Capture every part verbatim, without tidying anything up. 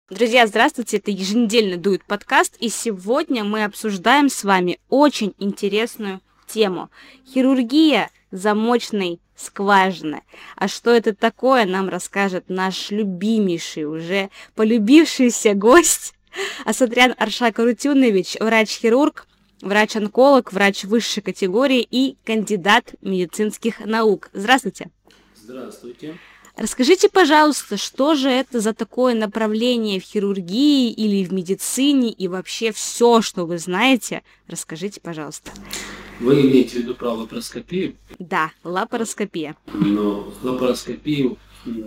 Друзья, здравствуйте, это еженедельно дует подкаст, и сегодня мы обсуждаем с вами очень интересную тему. Хирургия замочной скважины. А что это такое, нам расскажет наш любимейший, уже полюбившийся гость Асатрян Аршак Арутюнович, врач-хирург, врач-онколог, врач высшей категории и кандидат медицинских наук. Здравствуйте. Здравствуйте. Расскажите, пожалуйста, что же это за такое направление в хирургии или в медицине и вообще все, что вы знаете? Расскажите, пожалуйста. Вы имеете в виду про лапароскопию? Да, лапароскопия. Но лапароскопию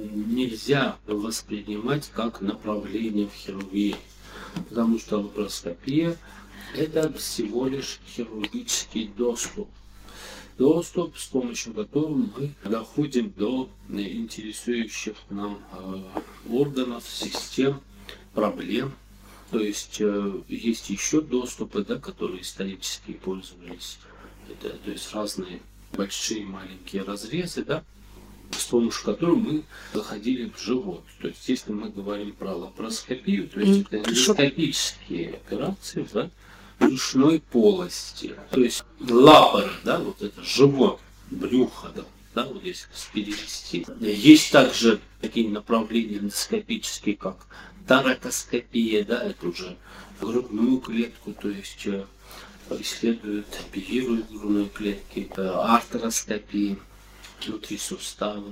нельзя воспринимать как направление в хирургии, потому что лапароскопия – это всего лишь хирургический доступ. Доступ, с помощью которого мы доходим до интересующих нам э, органов, систем, проблем. То есть э, есть еще доступы, да, которые исторически пользовались. Это, то есть разные большие маленькие разрезы, да, с помощью которых мы заходили в живот. То есть если мы говорим про лапароскопию, то есть это эндоскопические операции, да, брюшной полости. То есть лапара, да, вот это живот, брюхо, да, да, вот если перевести. Есть также такие направления эндоскопические, как торакоскопия, да, это уже грудную клетку, то есть исследуют, оперируют грудные клетки, артроскопия внутри сустава,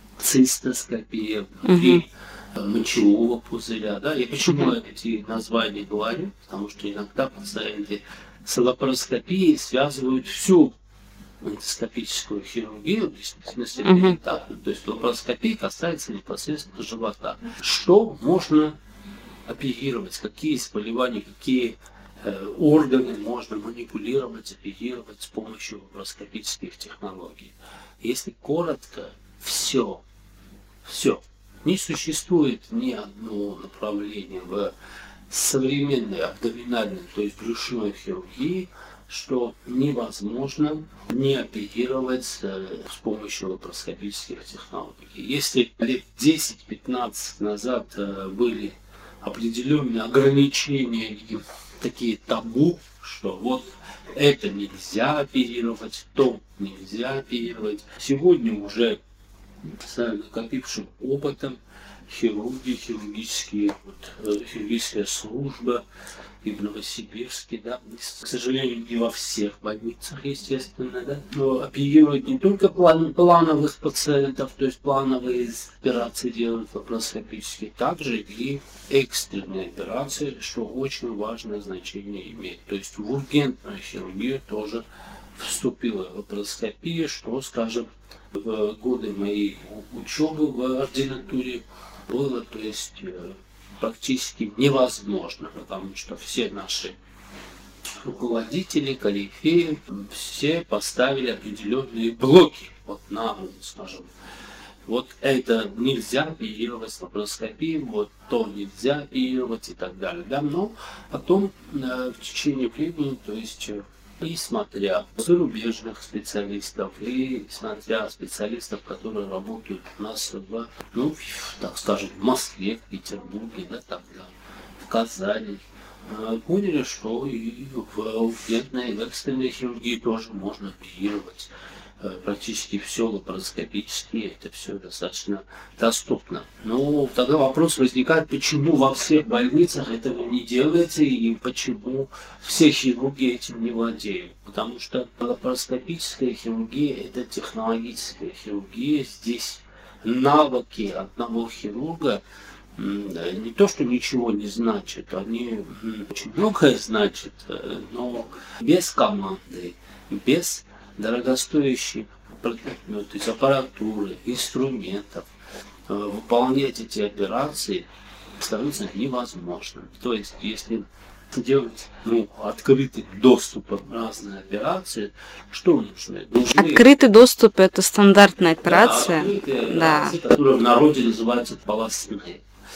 цистоскопия внутри мочевого пузыря, да, и почему я эти названия говорю, потому что иногда пациенты с лапароскопией связывают всю эндоскопическую хирургию, в смысле, uh-huh. так, то есть лапароскопия касается непосредственно живота. Что можно оперировать, какие заболевания, какие э, органы можно манипулировать, оперировать с помощью лапароскопических технологий. Если коротко, все, все. Не существует ни одного направления в современной абдоминальной, то есть брюшной хирургии, что невозможно не оперировать с помощью лапароскопических технологий. Если лет десять-пятнадцать назад были определенные ограничения и такие табу, что вот это нельзя оперировать, то нельзя оперировать, сегодня уже с накопившим опытом хирурги, хирургические, вот, хирургическая служба и в Новосибирске, да, к сожалению, не во всех больницах, естественно, да, но оперируют не только план, плановых пациентов, то есть плановые операции делают лапароскопические, также и экстренные операции, что очень важное значение имеет. То есть в ургентную хирургию тоже вступила лапароскопия, что, скажем, в годы моей учебы в ординатуре было, то есть, практически невозможно, потому что все наши руководители, корифеи, все поставили определенные блоки вот на, скажем, вот это нельзя оперировать с лапароскопией, вот то нельзя оперировать и так далее. Да? Но потом в течение времени, то есть, и смотря зарубежных специалистов, и смотря специалистов, которые работают у нас в, ну, так скажем, в Москве, в Петербурге, да, тогда, в Казани, поняли, что и в ургентной и экстренной хирургии тоже можно оперировать. Практически все лапароскопически, это все достаточно доступно. Но тогда вопрос возникает, почему во всех больницах этого не делается и почему все хирурги этим не владеют. Потому что лапароскопическая хирургия – это технологическая хирургия. Здесь навыки одного хирурга не то, что ничего не значат, они очень многое значат, но без команды, без дорогостоящие предметы, из аппаратуры, инструментов, выполнять эти операции становится невозможным. То есть, если делать, ну, открытый доступ в разные операции, что нужно? Нужны... Открытый доступ – это стандартная операция. Да, открытые да. операции, которые в народе называются полостные.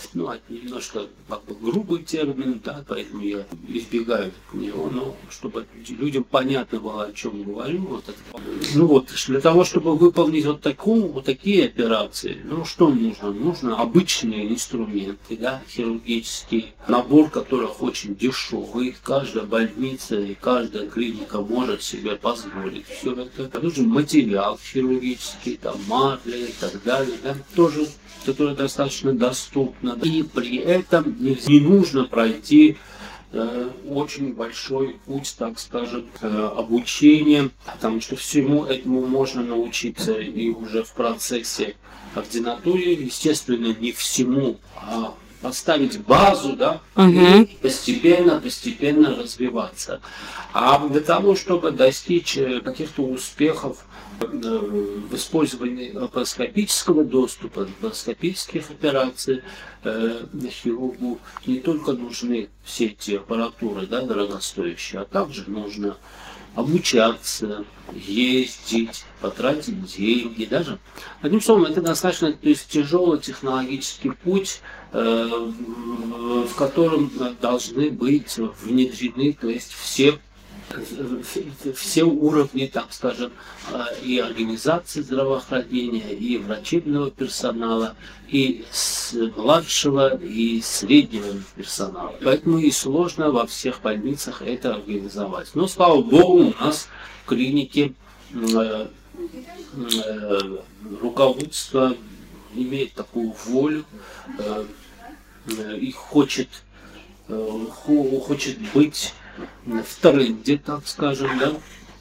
ну, это немножко как бы грубый термин, да, поэтому я избегаю него, но чтобы людям понятно было, о чем говорю. Вот это. Ну вот, для того, чтобы выполнить вот, такую, вот такие операции, ну что нужно? Нужно обычные инструменты, да, хирургический набор, которых очень дешевый. Каждая больница и каждая клиника может себе позволить все это. Нужен материал хирургический, там, марли и так далее, да, тоже, которое достаточно доступно. И при этом не нужно пройти э, очень большой путь, так скажем, э, обучения, потому что всему этому можно научиться и уже в процессе ординатуры, естественно, не всему, а поставить базу, да, Угу. и постепенно, постепенно развиваться. А для того, чтобы достичь каких-то успехов в использовании лапароскопического доступа, лапароскопических операций, э, хирургу не только нужны все эти аппаратуры, да, дорогостоящие, а также нужно обучаться, ездить, потратить деньги, даже. Одним словом, это достаточно, то есть, тяжелый технологический путь, э, в котором должны быть внедрены, то есть все все уровни, так скажем, и организации здравоохранения, и врачебного персонала, и младшего, и среднего персонала. Поэтому и сложно во всех больницах это организовать. Но, слава богу, у нас в клинике э, э, руководство имеет такую волю э, э, и хочет, э, хочет быть в тренде, так скажем, да,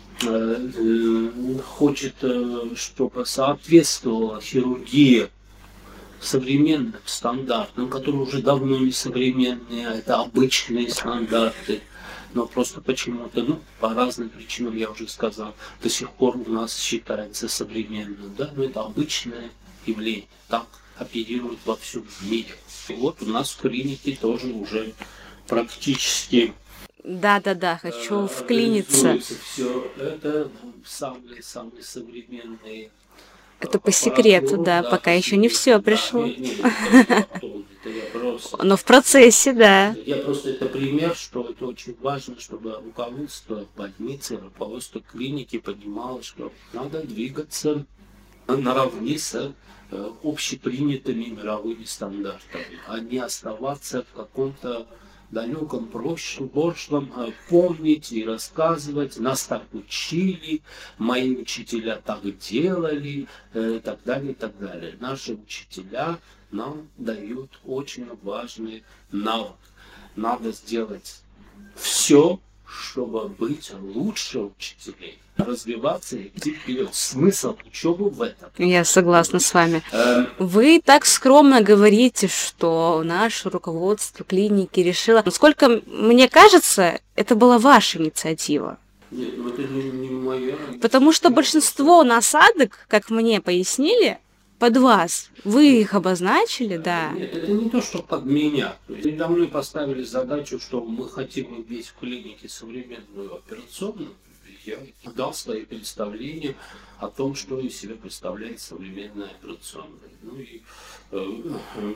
хочет, чтобы соответствовала хирургия современным стандартам, которые уже давно не современные, а это обычные стандарты, но просто почему-то, ну, по разным причинам, я уже сказал, до сих пор у нас считается современным, да, но это обычное явление, так оперируют во всем мире. И вот у нас в клинике тоже уже практически Да-да-да, хочу вклиниться. Все это самые-самые современные. Это по секрету, да, да, пока еще не все пришло. Да, не, не, это потом, это я просто, Но в процессе, да. я просто это пример, что это очень важно, чтобы руководство больницы, руководство клиники понимало, что надо двигаться наравне с э, общепринятыми мировыми стандартами, а не оставаться в каком-то далеком прошлом, помнить и рассказывать, нас так учили, мои учителя так делали, и так далее, и так далее. Наши учителя нам дают очень важный навык. Надо сделать все, чтобы быть лучше учителей, развиваться и идти вперед. Смысл учебы в этом. Я согласна с вами. Эм, Вы так скромно говорите, что наше руководство клиники решило. Насколько мне кажется, это была ваша инициатива. Нет, ну это не, не моя. Потому что большинство насадок, как мне пояснили, под вас. Вы их обозначили, да. Нет, это не то, что под меня. То есть передо мной поставили задачу, что мы хотим иметь в клинике современную операционную. Я дал свои представления о том, что из себя представляет современная операционная. Ну и э,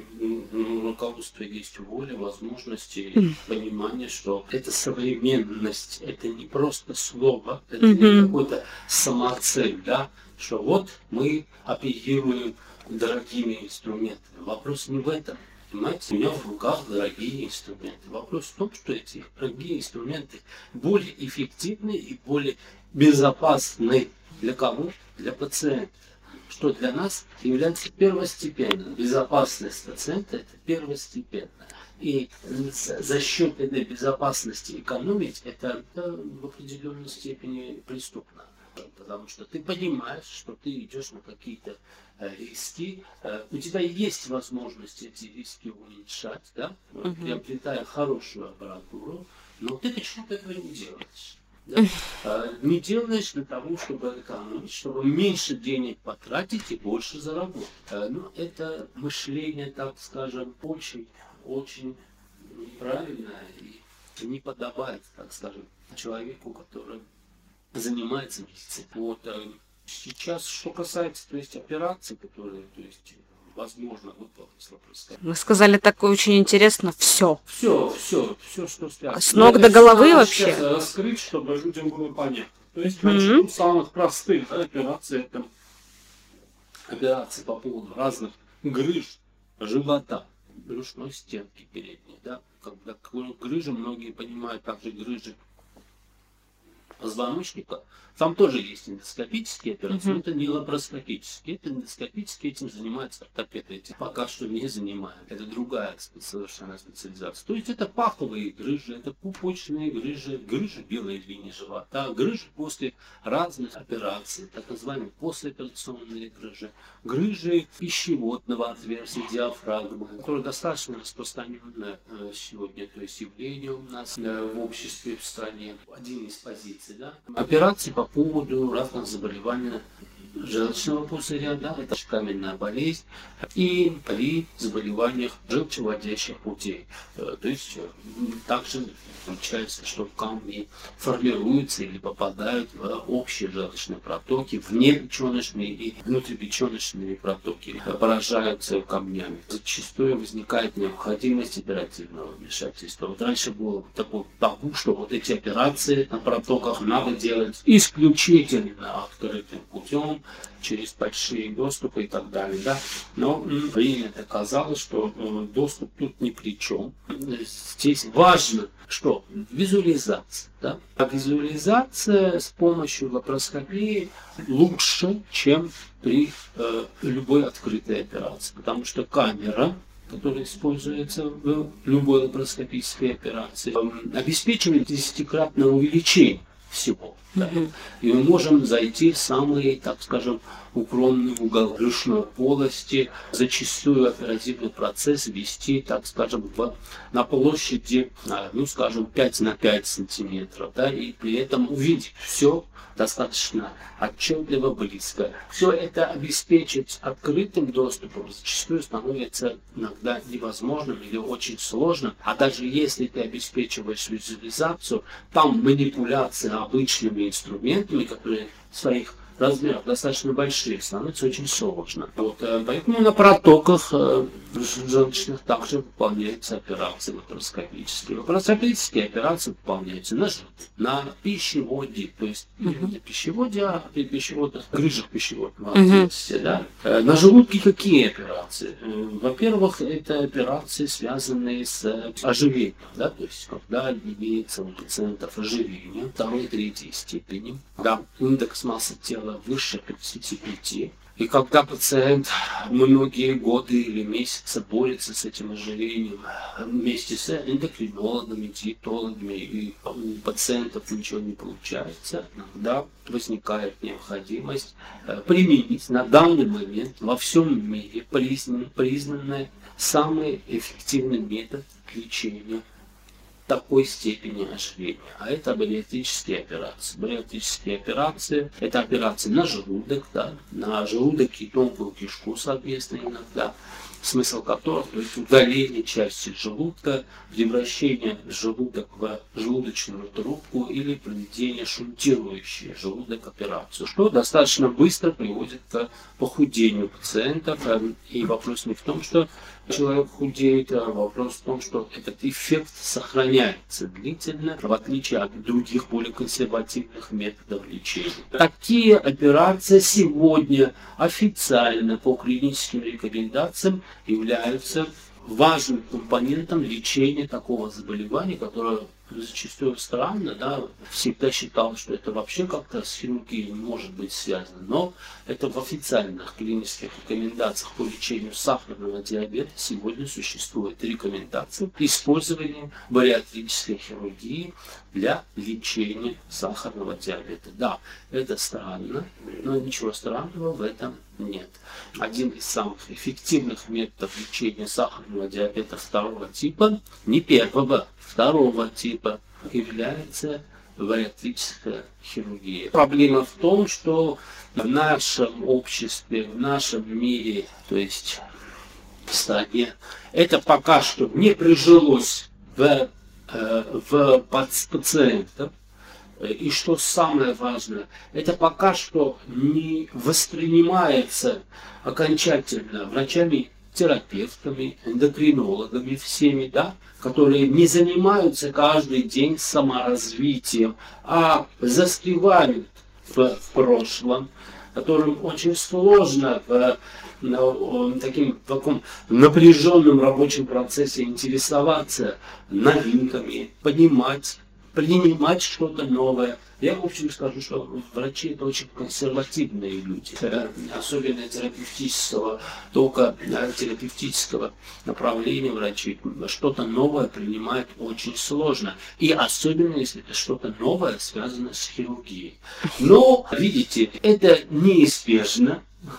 э, руководство есть воля, возможности и понимание, что это современность, это не просто слово, это не какой-то самоцель, да, что вот мы оперируем дорогими инструментами. Вопрос не в этом. Понимаете, у меня в руках дорогие инструменты. Вопрос в том, что эти дорогие инструменты более эффективны и более безопасны. Для кого? Для пациента. Что для нас является первостепенным. Безопасность пациента – это первостепенно. И за счет этой безопасности экономить – это в определенной степени преступно. Потому что ты понимаешь, что ты идешь на какие-то риски, у тебя есть возможность эти риски уменьшать, да, uh-huh. приобретая хорошую аппаратуру, но ты почему-то этого не делаешь. Да? Uh-huh. Не делаешь для того, чтобы экономить, чтобы меньше денег потратить и больше заработать. Ну, это мышление, так скажем, очень, очень неправильное и не подобает, так скажем, человеку, который занимается медициной. Вот, сейчас, что касается, то есть, операций, которые, то есть, возможно выполнить лапароскопию. Вы сказали такое очень интересно. Все. Все, все, все, что связано. С ног до головы вообще? Сейчас раскрыть, чтобы людям было понятно. То есть, Mm-hmm. начнем с самых простых, да, операций. Это операции по поводу разных грыж живота, брюшной стенки передней. Да? Когда грыжи, многие понимают также грыжи позвоночника. Там тоже есть эндоскопические операции, но Mm-hmm. это не лапароскопические. Это эндоскопические, этим занимаются ортопеды. Этим пока что не занимают. Это другая совершенно специализация. То есть это паховые грыжи, это пупочные грыжи, грыжи белой линии живота, грыжи после разных операций, так называемые послеоперационные грыжи, грыжи пищеводного отверстия, диафрагмы, которые достаточно распространенное сегодня, то есть явление у нас в обществе, в стране. Один из позиций, да. Операции по поводу разных заболеваний желчного пузыря, да, это каменная болезнь, и при заболеваниях желчевыводящих путей. То есть также получается, что камни формируются или попадают в общие желчные протоки, внепеченочные и внутрипеченочные протоки, поражаются камнями. Зачастую возникает необходимость оперативного вмешательства. Вот раньше было такое табу, что вот эти операции на протоках надо делать исключительно открытым путем, через большие доступы и так далее. Да? Но время доказало, что доступ тут ни при чем. Здесь важно, что визуализация. Да? А визуализация с помощью лапароскопии лучше, чем при э, любой открытой операции. Потому что камера, которая используется в любой лапароскопической операции, э, обеспечивает десятикратное увеличение всего. Да. Mm-hmm. И мы можем зайти в самый, так скажем, укромный угол брюшной полости, зачастую оперативный процесс вести, так скажем, в, на площади, ну скажем, пять на пять сантиметров, да, и при этом увидеть все достаточно отчетливо, близко. Все это обеспечить открытым доступом зачастую становится иногда невозможным или очень сложно. А даже если ты обеспечиваешь визуализацию, там манипуляции обычными инструментами, которые своих размеров достаточно большие, становится очень сложно. Вот, поэтому на протоках э, желчных также выполняются операции лапароскопические. Лапароскопические операции выполняются на, на пищеводе, то есть не на пищеводе, а при пищеводных грыжах пищеводного отверстия. Да? Э, на желудке какие операции? Э, во-первых, это операции, связанные с ожирением, да? То есть когда имеется у пациентов ожирение второй, третьей степени, да, индекс массы тела выше тридцати пяти. И когда пациент многие годы или месяцы борется с этим ожирением вместе с эндокринологами, диетологами, и у пациентов ничего не получается, иногда возникает необходимость применить на данный момент во всем мире признан, признанный самый эффективный метод лечения такой степени ожирения. А это бариатрические операции. Бариатрические операции – это операции на желудок, да, на желудок и тонкую кишку, соответственно, иногда. Смысл которых, то есть удаление части желудка, превращение желудок в желудочную трубку или проведение шунтирующей желудок операцию, что достаточно быстро приводит к похудению пациентов. И вопрос не в том, что человек худеет, а вопрос в том, что этот эффект сохраняется длительно, в отличие от других более консервативных методов лечения. Такие операции сегодня официально по клиническим рекомендациям являются важным компонентом лечения такого заболевания, которое зачастую странно, да, всегда считал, что это вообще как-то с хирургией не может быть связано, но это в официальных клинических рекомендациях по лечению сахарного диабета сегодня существует рекомендация использования бариатрической хирургии для лечения сахарного диабета. Да, это странно, но ничего странного в этом нет. Один из самых эффективных методов лечения сахарного диабета второго типа, не первого, второго типа, является бариатрическая хирургия. Проблема в том, что в нашем обществе, в нашем мире, то есть в стране, это пока что не прижилось в, в пациентов. И что самое важное, это пока что не воспринимается окончательно врачами-терапевтами, эндокринологами всеми, да, которые не занимаются каждый день саморазвитием, а застревают в, в прошлом, которым очень сложно в, в, таким, в таком напряженном рабочем процессе интересоваться новинками, понимать, принимать что-то новое. Я, в общем, скажу, что врачи это очень консервативные люди, особенно терапевтического, только терапевтического направления врачи. Что-то новое принимают очень сложно. И особенно, если это что-то новое, связанное с хирургией. Но, видите, это неизбежно.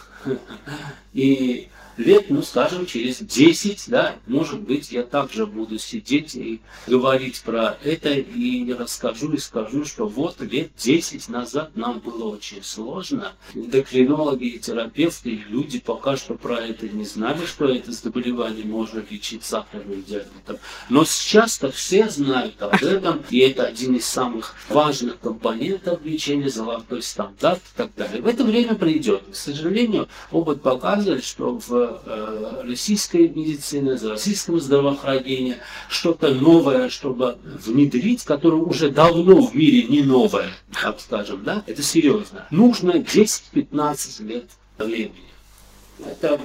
И лет, ну, скажем, через десять, да, может быть, я также буду сидеть и говорить про это, и расскажу, и скажу, что вот лет десять назад нам было очень сложно. Эндокринологи и терапевты, и люди пока что про это не знали, что это заболевание можно лечить сахарным диабетом. Но сейчас-то все знают об этом, и это один из самых важных компонентов лечения, золотой стандарт и так далее. В это время придет. К сожалению, опыт показывает, что в российской медицине, за российском здравоохранении что-то новое, чтобы внедрить, которое уже давно в мире не новое, так скажем, да, это серьезно. Нужно десять-пятнадцать лет времени. Это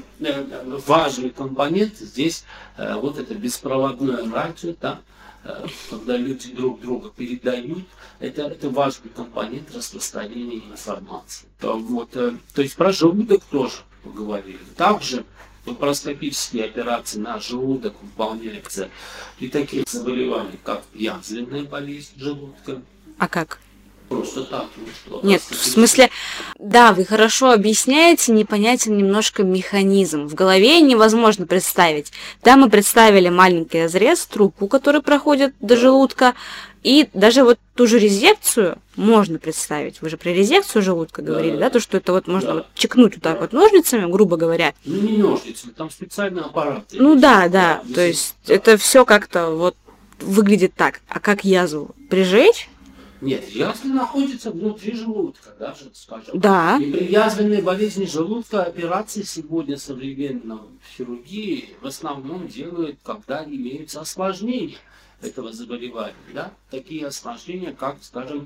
важный компонент. Здесь вот это беспроводное радио, да, когда люди друг друга передают, это, это важный компонент распространения информации. Вот, то есть про желудок тоже поговорили. Также лапароскопические операции на желудок выполняются при таких заболеваниях, как язвенная болезнь желудка. А как? Просто так. Ну, Нет, в смысле, да, вы хорошо объясняете, непонятен немножко механизм. В голове невозможно представить. Да, мы представили маленький разрез, трубку, который проходит до желудка, и даже вот ту же резекцию можно представить. Вы же про резекцию желудка говорили, да, да? То, что это вот можно да. вот чекнуть вот так да. вот ножницами, грубо говоря. Ну, не ножницами, там специальный аппарат. Ну да, да, да, то есть да. это все как-то вот выглядит так. А как язву прижечь? Нет, язва находится внутри желудка, даже, скажем. Да. И при язвенной болезни желудка операции сегодня современной хирургии в основном делают, когда имеются осложнения этого заболевания. Да? Такие осложнения, как, скажем,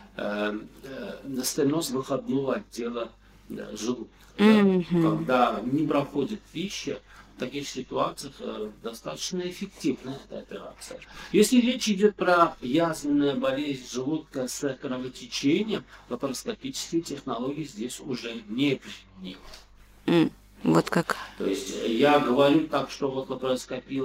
э, э, стеноз выходного отдела да, желудка. Mm-hmm. Да? Когда не проходит пища, в таких ситуациях э, достаточно эффективна эта операция. Если речь идет про язвенную болезнь желудка с кровотечением, лапароскопические технологии здесь уже не применимы. Mm, вот как. То есть я говорю так, что вот лапароскопия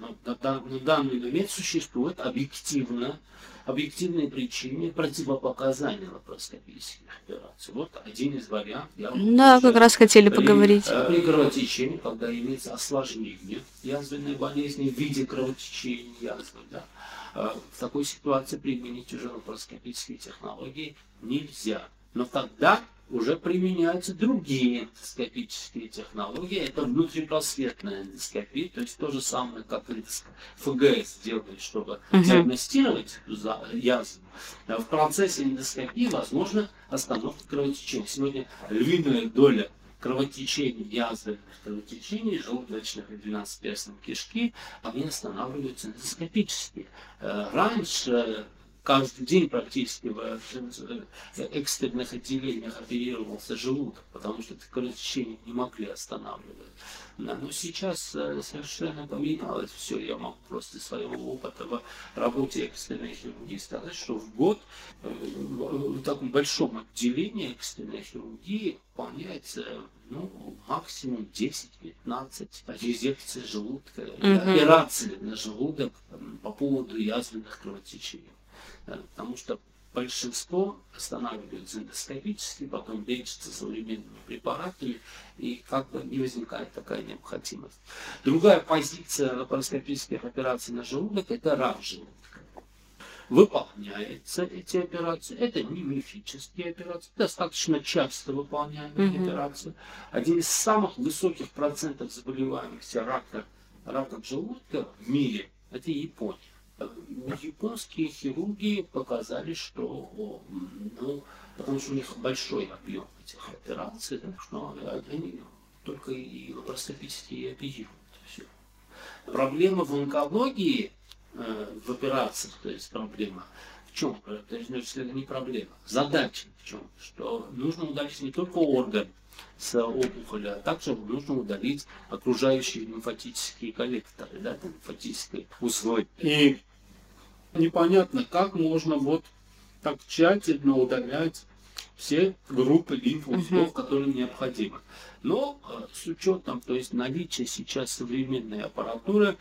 на данный момент существует объективно, объективные причины противопоказания лапароскопических операций. Вот один из вариантов. Я да, как раз хотели при, поговорить. При кровотечении, когда имеется осложнение язвенной болезни в виде кровотечения язвы, да, в такой ситуации применить уже лапароскопические технологии нельзя. Но тогда уже применяются другие эндоскопические технологии. Это внутрипросветная эндоскопия, то есть то же самое, как ФГС делает, чтобы uh-huh. диагностировать язву. В процессе эндоскопии возможно остановка кровотечения. Сегодня львиная доля кровотечений, язвенных кровотечений, желудочных и двенадцатиперстной кишки, они останавливаются эндоскопически. Раньше каждый день практически в экстренных отделениях оперировался желудок, потому что это кровотечение не могли останавливать. Но сейчас совершенно поменялось все. Я могу просто из своего опыта в работе экстренной хирургии сказать, что в год в таком большом отделении экстренной хирургии выполняется ну, максимум десять-пятнадцать резекций желудка, mm-hmm. операций на желудок по поводу язвенных кровотечений. Потому что большинство останавливаются эндоскопически, потом лечатся современными препаратами, и как бы не возникает такая необходимость. Другая позиция лапароскопических операций на желудок – это рак желудка. Выполняются эти операции. Это не мифические операции, достаточно часто выполняемые mm-hmm. операции. Один из самых высоких процентов заболеваемости рака, раком желудка в мире – это Япония. Японские хирурги показали, что, ну, потому что у них большой объем этих операций, так что они только и лапароскопически оперируют. Все. Проблема в онкологии, э, в операциях, то есть проблема в чем? Это не проблема. Задача в чем? Что нужно удалить не только орган с опухоли, а также нужно удалить окружающие лимфатические коллекторы, да, лимфатические узлы. И непонятно, как можно вот так тщательно удалять все группы лимфоузлов, uh-huh. которые необходимы. Но с учетом, то есть наличия сейчас современной аппаратуры,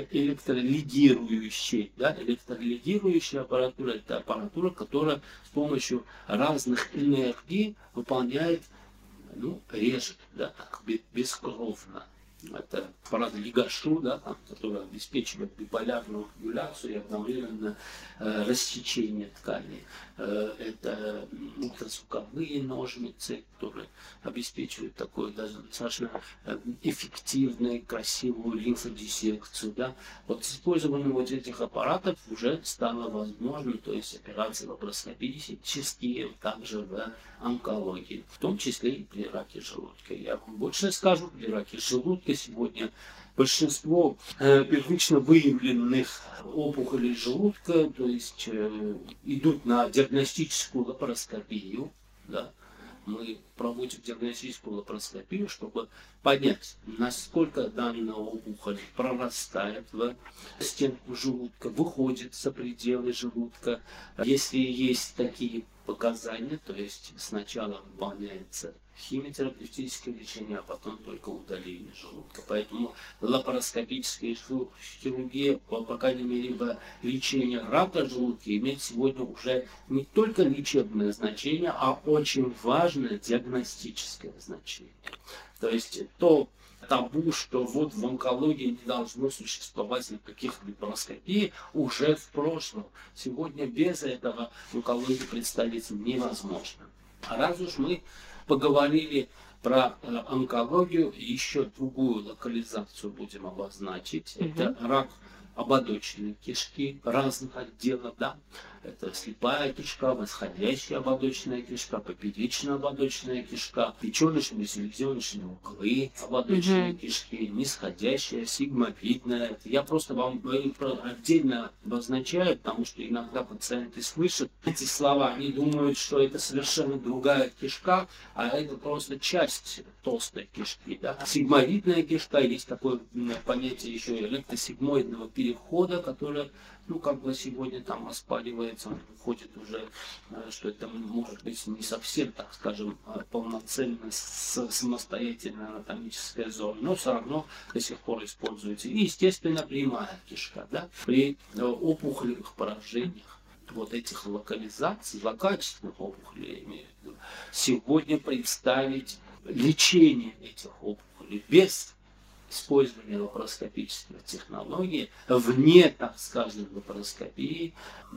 электролигирующей, да, электролигирующая аппаратура, это аппаратура, которая с помощью разных энергий выполняет, ну, режет, да, так, бескровно. Это аппарат Лигашу, да, там, который обеспечивает биполярную регуляцию и одновременно э, рассечение тканей. Э, это ультразвуковые ножницы, которые обеспечивают такую даже достаточно э, эффективную, красивую лимфодиссекцию. Да. Вот с использованием вот этих аппаратов уже стало возможно, то есть операции лапароскопические также в онкологии, в том числе и при раке желудка. Я вам больше скажу, при раке желудка сегодня большинство э, первично выявленных опухолей желудка, то есть э, идут на диагностическую лапароскопию. Да. Мы проводим диагностическую лапароскопию, чтобы понять, насколько данная опухоль прорастает в стенку желудка, выходит за пределы желудка. Если есть такие показания, то есть сначала выполняется химиотерапевтическое лечение, а потом только удаление желудка. Поэтому лапароскопическая хирургия, по крайней мере, в лечении рака желудка, имеет сегодня уже не только лечебное значение, а очень важное диагностическое значение. То есть то табу, что вот в онкологии не должно существовать никаких лапароскопий, уже в прошлом. Сегодня без этого онкологию представить невозможно. А раз уж мы поговорили про э, онкологию, еще другую локализацию будем обозначить. Mm-hmm. Это рак ободочной кишки разных отделов, да. Это слепая кишка, восходящая ободочная кишка, поперечная ободочная кишка, печеночные, селезеночные углы ободочной mm-hmm. кишки, нисходящая, сигмовидная. Я просто вам отдельно обозначаю, потому что иногда пациенты слышат эти слова, они думают, что это совершенно другая кишка, а это просто часть толстой кишки. Да. Сигмовидная кишка, есть такое понятие еще электросигмоидного перехода, которое, ну, как бы сегодня там оспаривается, он выходит уже, что это может быть не совсем, так скажем, полноценно самостоятельная анатомическая зона, но все равно до сих пор используется. И, естественно, прямая кишка, да, при опухолевых поражениях. Вот этих локализаций, злокачественных опухолей, я имею в виду, сегодня представить лечение этих опухолей без использование лапароскопических технологий вне, так скажем, лапароскопии,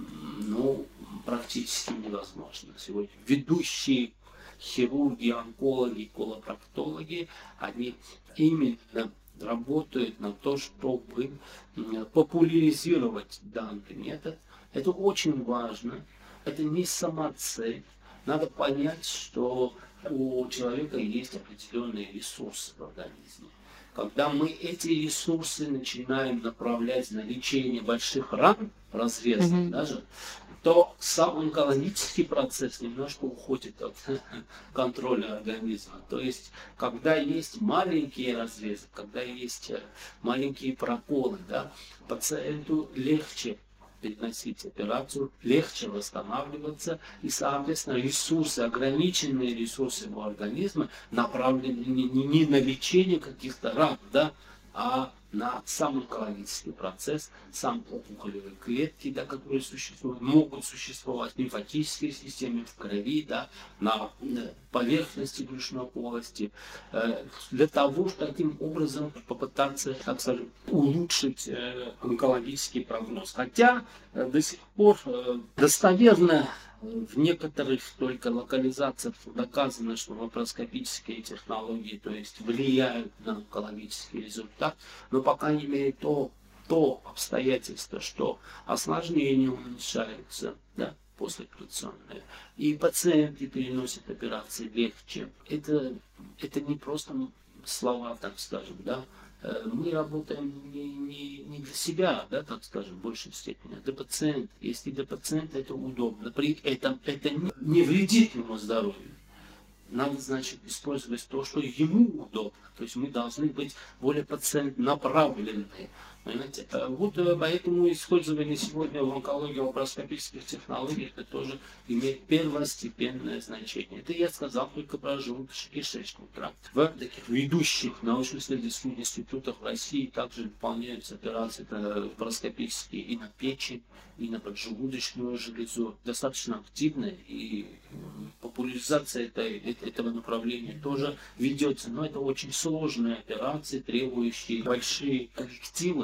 ну, практически невозможно. Сегодня ведущие хирурги, онкологи, колопроктологи, они именно работают на то, чтобы популяризировать данный метод. Это очень важно. Это не самоцель. Надо понять, что у человека есть определенные ресурсы в организме. Когда мы эти ресурсы начинаем направлять на лечение больших ран, разрезов mm-hmm. даже, то сам онкологический процесс немножко уходит от контроля организма. То есть, когда есть маленькие разрезы, когда есть маленькие проколы, да, пациенту легче переносить операцию, легче восстанавливаться, и, соответственно, ресурсы, ограниченные ресурсы его организма направлены не, не, не на лечение каких-то ран, да, а на сам онкологический процесс, сам опухолевые клетки, да, которые существуют, могут существовать в лимфатической системе, в крови, да, на поверхности брюшной полости, э, для того, чтобы таким образом попытаться, так скажем, улучшить э, онкологический прогноз. Хотя э, до сих пор э, достоверно в некоторых только локализациях доказано, что лапароскопические технологии, то есть, влияют на онкологический результат, но, по крайней мере, то то обстоятельство, что осложнения уменьшаются, да, послеоперационные, и пациенты переносят операции легче. Это, это не просто слова, так скажем, да. Мы работаем не, не, не для себя, да, так скажем, в большей степени, а для пациента. Если для пациента это удобно, при этом это не, не вредит ему здоровью. Надо, значит, использовать то, что ему удобно. То есть мы должны быть более пациент-направленные. Понимаете? Вот поэтому использование сегодня в онкологии лапароскопических технологий это тоже имеет первостепенное значение. Это я сказал только про желудочно-кишечный тракт. В таких ведущих научно-исследовательских институтах в России также выполняются операции лапароскопические и на печень, и на поджелудочную железу. Достаточно активная, и популяризация этой, этого направления тоже ведется. Но это очень сложные операции, требующие большие коллективы,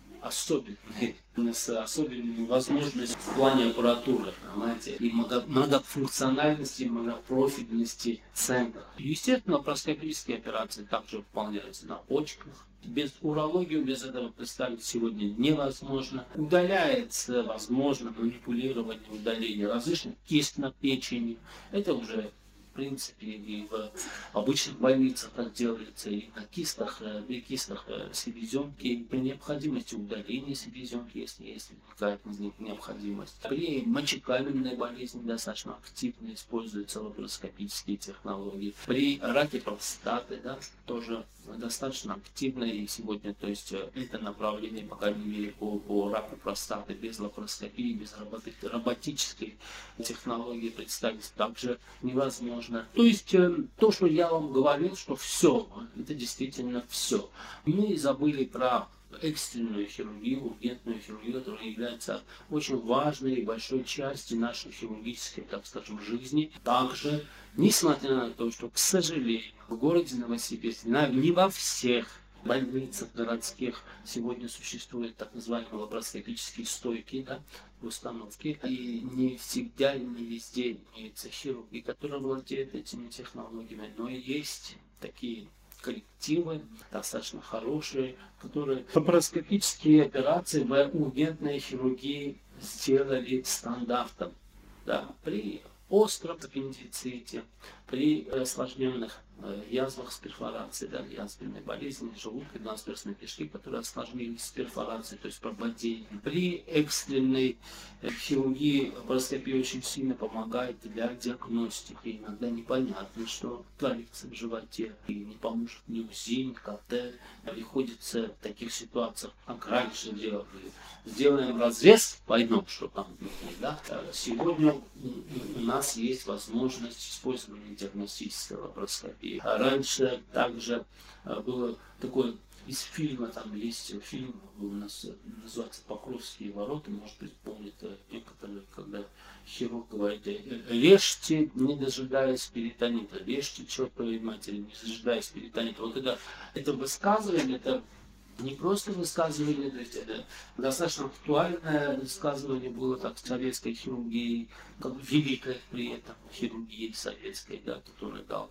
особенные, с особенными возможностями в плане аппаратуры, понимаете, и много, многофункциональности, многопрофильности центра. Естественно, лапароскопические операции также выполняются на почках. Без урологии, без этого представить сегодня невозможно. Удаляется, возможно, манипулирование, удаление различных кист на печени. Это уже в принципе и в обычных больницах так делается, и на кистах, при кистах селезенки, и при необходимости удаления селезенки, если есть какая-то необходимость. При мочекаменной болезни достаточно активно используются лапароскопические технологии. При раке простаты, да, тоже достаточно активно, и сегодня, то есть это направление, по крайней мере, по, по раку простаты без лапароскопии, без роботи роботической технологии представить также невозможно. То есть то, что я вам говорил, что все, это действительно все. Мы забыли про экстренную хирургию, ургентную хирургию, которая является очень важной и большой частью нашей хирургической, так скажем, жизни. Также, несмотря на то, что, к сожалению, в городе Новосибирске, не во всех больницах городских сегодня существуют так называемые лапароскопические стойки, да, установки, и не всегда, не везде имеются хирурги, которые владеют этими технологиями, но есть такие коллективы, достаточно хорошие, которые лапароскопические операции в ургентной хирургии сделали стандартом. Да, при остром аппендиците, при осложненных язвах с перфорацией, да, язвенной болезни желудка, двенадцатиперстной кишки, которые осложнились с перфорацией, то есть прободением. При экстренной хирургии лапароскопия очень сильно помогает для диагностики. Иногда непонятно, что творится в животе, и не поможет ни УЗИ, ни КТ. Приходится в таких ситуациях, как раньше делали, сделаем разрез, поймем, что там внутри. Да? Сегодня у нас есть возможность использования диагностической лапароскопии. А раньше также было такое, из фильма, там есть фильм у нас называется «Покровские ворота», может быть, помнят некоторые, когда хирург говорит: режьте, не дожидаясь перитонита, режьте, чертовой матери, не дожидаясь перитонита. Вот это, это высказывание, это не просто высказывание, то есть это достаточно актуальное высказывание было так в советской хирургии, как великой при этом хирургии советской, да, которая дал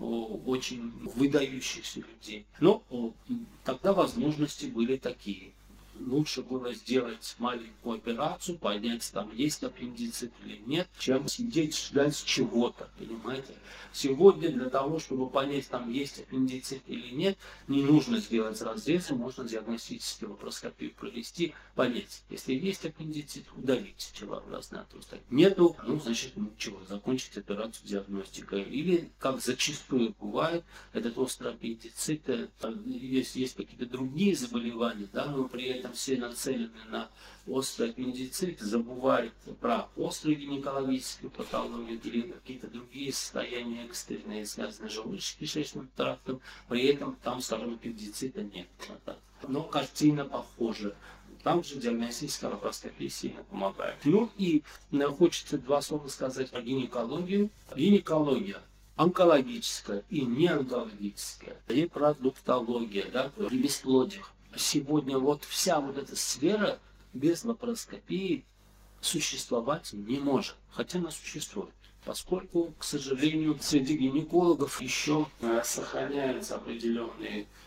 очень выдающихся людей. Но тогда возможности были такие. Лучше было сделать маленькую операцию, понять, там есть аппендицит или нет, чем сидеть ждать чего-то, понимаете? Сегодня для того, чтобы понять, там есть аппендицит или нет, не нужно сделать разрезы, можно диагностическую лапароскопию провести, понять. Если есть аппендицит, удалить челообразный отросток. Нету, ну, значит, ничего, закончить операцию диагностикой. Или, как зачастую бывает, этот острый аппендицит, если есть какие-то другие заболевания, да, но при этом все нацелены на острый аппендицит, забывают про острую гинекологическую патологию или какие-то другие состояния экстренные, связанные с желудочно-кишечным трактом, при этом там, скажем, аппендицита нет. Но картина похожа. Там же диагностическая лапароскопия сильно помогает. Ну и хочется два слова сказать про гинекологию. Гинекология онкологическая и неонкологическая, репродуктология, да, при бесплодиях. Сегодня вот вся вот эта сфера без лапароскопии существовать не может, хотя она существует, поскольку, к сожалению, среди гинекологов еще сохраняются определенные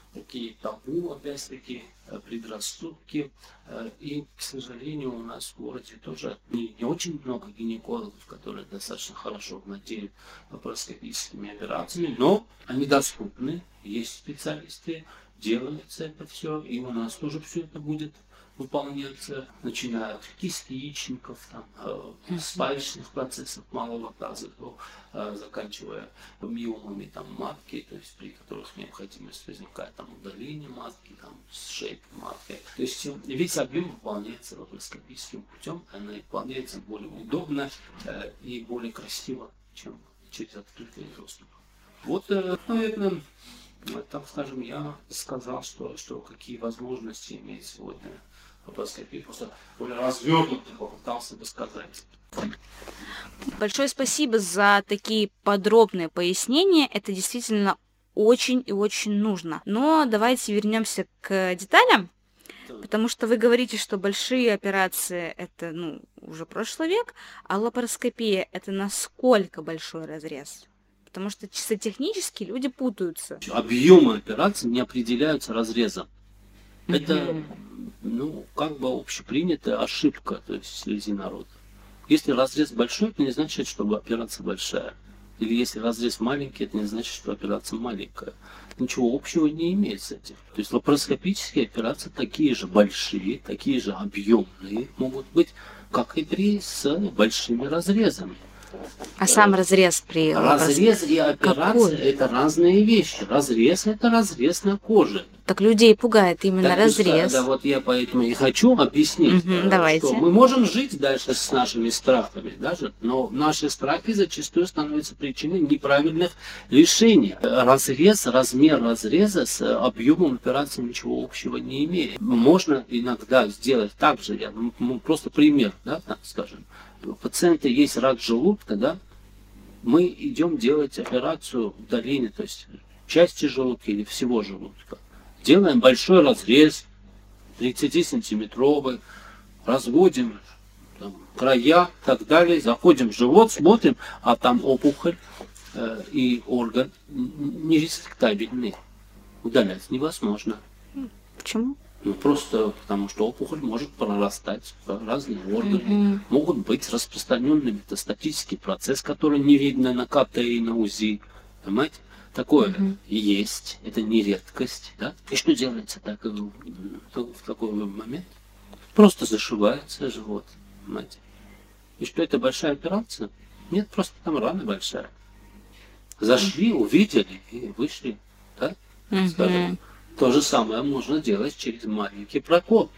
такие табу, опять-таки, предрассудки. И, к сожалению, у нас в городе тоже не, не очень много гинекологов, которые достаточно хорошо владеют лапароскопическими операциями, но они доступны, есть специалисты, делается это все, и у нас тоже все это будет выполняться, начиная от кистичников, там, э, спаечных процессов малого таза, до, э, заканчивая миомами там, матки, то есть при которых необходимость возникает там, удаление матки, там, шейки матки. То есть весь объем выполняется лапароскопическим путем, она выполняется более удобно э, и более красиво, чем через открытый доступ. Вот, э, наверное, так скажем, я сказал, что, что какие возможности имеет сегодня лапароскопия, просто более развернуто попытался бы сказать. Большое спасибо за такие подробные пояснения. Это действительно очень и очень нужно. Но давайте вернемся к деталям, потому что вы говорите, что большие операции это ну, уже прошлый век, а лапароскопия это насколько большой разрез? Потому что чисто технически люди путаются. Объемы операций не определяются разрезом. Это, ну, как бы общепринятая ошибка, то есть среди народа. Если разрез большой, это не значит, что операция большая. Или если разрез маленький, это не значит, что операция маленькая. Ничего общего не имеет с этим. То есть лапароскопические операции такие же большие, такие же объемные могут быть, как и при с большими разрезами. А сам разрез при Разрез и операция Какой? это разные вещи. Разрез это разрез на коже. Так людей пугает именно Так, разрез. Да, вот я поэтому и хочу объяснить, Мгм, э, давайте. что мы можем жить дальше с нашими страхами, даже, но наши страхи зачастую становятся причиной неправильных решений. Разрез, размер разреза с объемом операции ничего общего не имеет. Можно иногда сделать так же, я, ну, просто пример, да, так скажем. У пациента есть рак желудка, да, мы идем делать операцию удаления, то есть части желудка или всего желудка. Делаем большой разрез, тридцатисантиметровый, разводим там, края и так далее, заходим в живот, смотрим, а там опухоль э, и орган нереспектабельные. Удалять невозможно. Почему? Ну, просто потому что опухоль может прорастать в разные органы. Мгм. Могут быть распространенный метастатический процесс, который не видно на ка тэ и на у зи. Понимаете? Такое Мгм. есть, это не редкость. Да? И что делается так, в, в такой момент? Просто зашивается живот. Понимаете? И что это большая операция? Нет, просто там рана большая. Зашли, увидели и вышли. Да? Скажем. Мгм. То же самое можно делать через маленький прокол.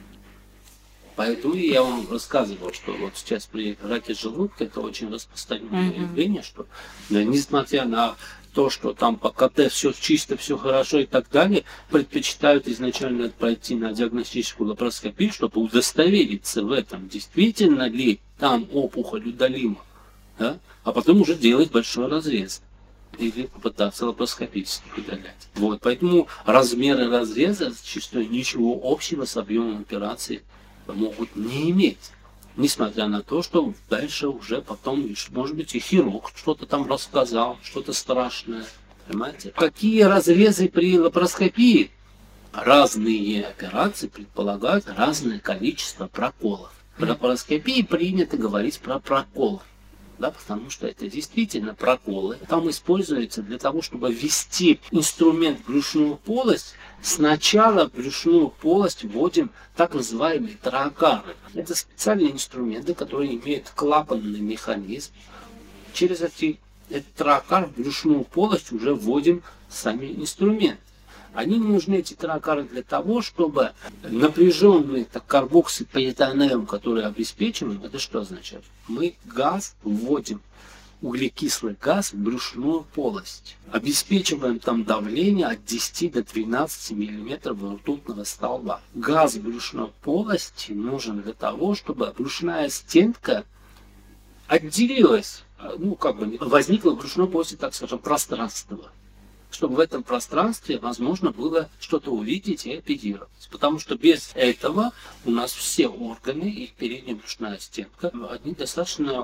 Поэтому я вам рассказывал, что вот сейчас при раке желудка это очень распространенное Мгм. явление, что да, несмотря на то, что там по ка тэ все чисто, все хорошо и так далее, предпочитают изначально пройти на диагностическую лапароскопию, чтобы удостовериться в этом, действительно ли там опухоль удалима, да? А потом уже делать большой разрез. Или попытаться лапароскопически удалять. Вот, поэтому размеры разреза зачастую ничего общего с объемом операции могут не иметь. Несмотря на то, что дальше уже потом, может быть, и хирург что-то там рассказал, что-то страшное. Понимаете? Какие разрезы при лапароскопии? Разные операции предполагают разное количество проколов. При лапароскопии принято говорить про проколы. Да, потому что это действительно проколы. Там используется для того, чтобы ввести инструмент в брюшную полость. Сначала в брюшную полость вводим так называемые тракары. Это специальные инструменты, которые имеют клапанный механизм. Через эти, этот тракар в брюшную полость уже вводим сами инструменты. Они нужны, эти тракары, для того, чтобы напряженный карбоксиполиэтиленовым, который обеспечиваем, это что означает? Мы газ вводим, углекислый газ в брюшную полость. Обеспечиваем там давление от десяти до двенадцати миллиметров ртутного столба. Газ в брюшной полости нужен для того, чтобы брюшная стенка отделилась, ну как бы возникло в брюшной полости, так скажем, пространство. чтобы в этом пространстве возможно было что-то увидеть и оперировать. Потому что без этого у нас все органы и передняя брюшная стенка, они достаточно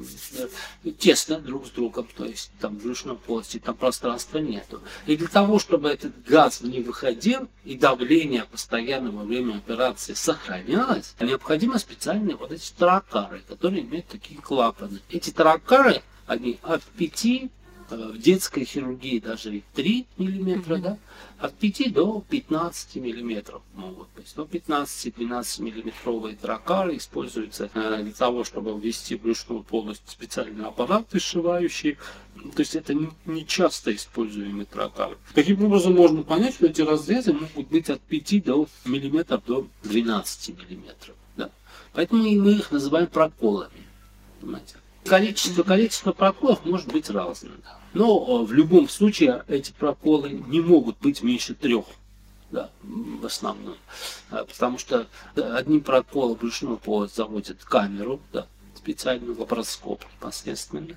тесно друг с другом, то есть там в брюшной полости там пространства нету. И для того, чтобы этот газ не выходил и давление постоянно во время операции сохранялось, необходимо специальные вот эти таракары, которые имеют такие клапаны. Эти таракары, они от пяти, в детской хирургии даже и три миллиметра, mm-hmm. да, от пяти до пятнадцати миллиметров могут быть. До пятнадцати-двенадцати миллиметровые таракары используются для того, чтобы ввести в брюшную полость специальные аппараты сшивающие. То есть это не часто используемые таракары. Таким образом можно понять, что эти разрезы могут быть от пяти до миллиметров до двенадцати миллиметров. Да. Поэтому мы их называем проколами. Понимаете? Количество, количество проколов может быть разным. Но в любом случае эти проколы не могут быть меньше трех. Да, в основном. Потому что одни проколы в брюшную полость заводят камеру, да, специальный лапароскоп непосредственно.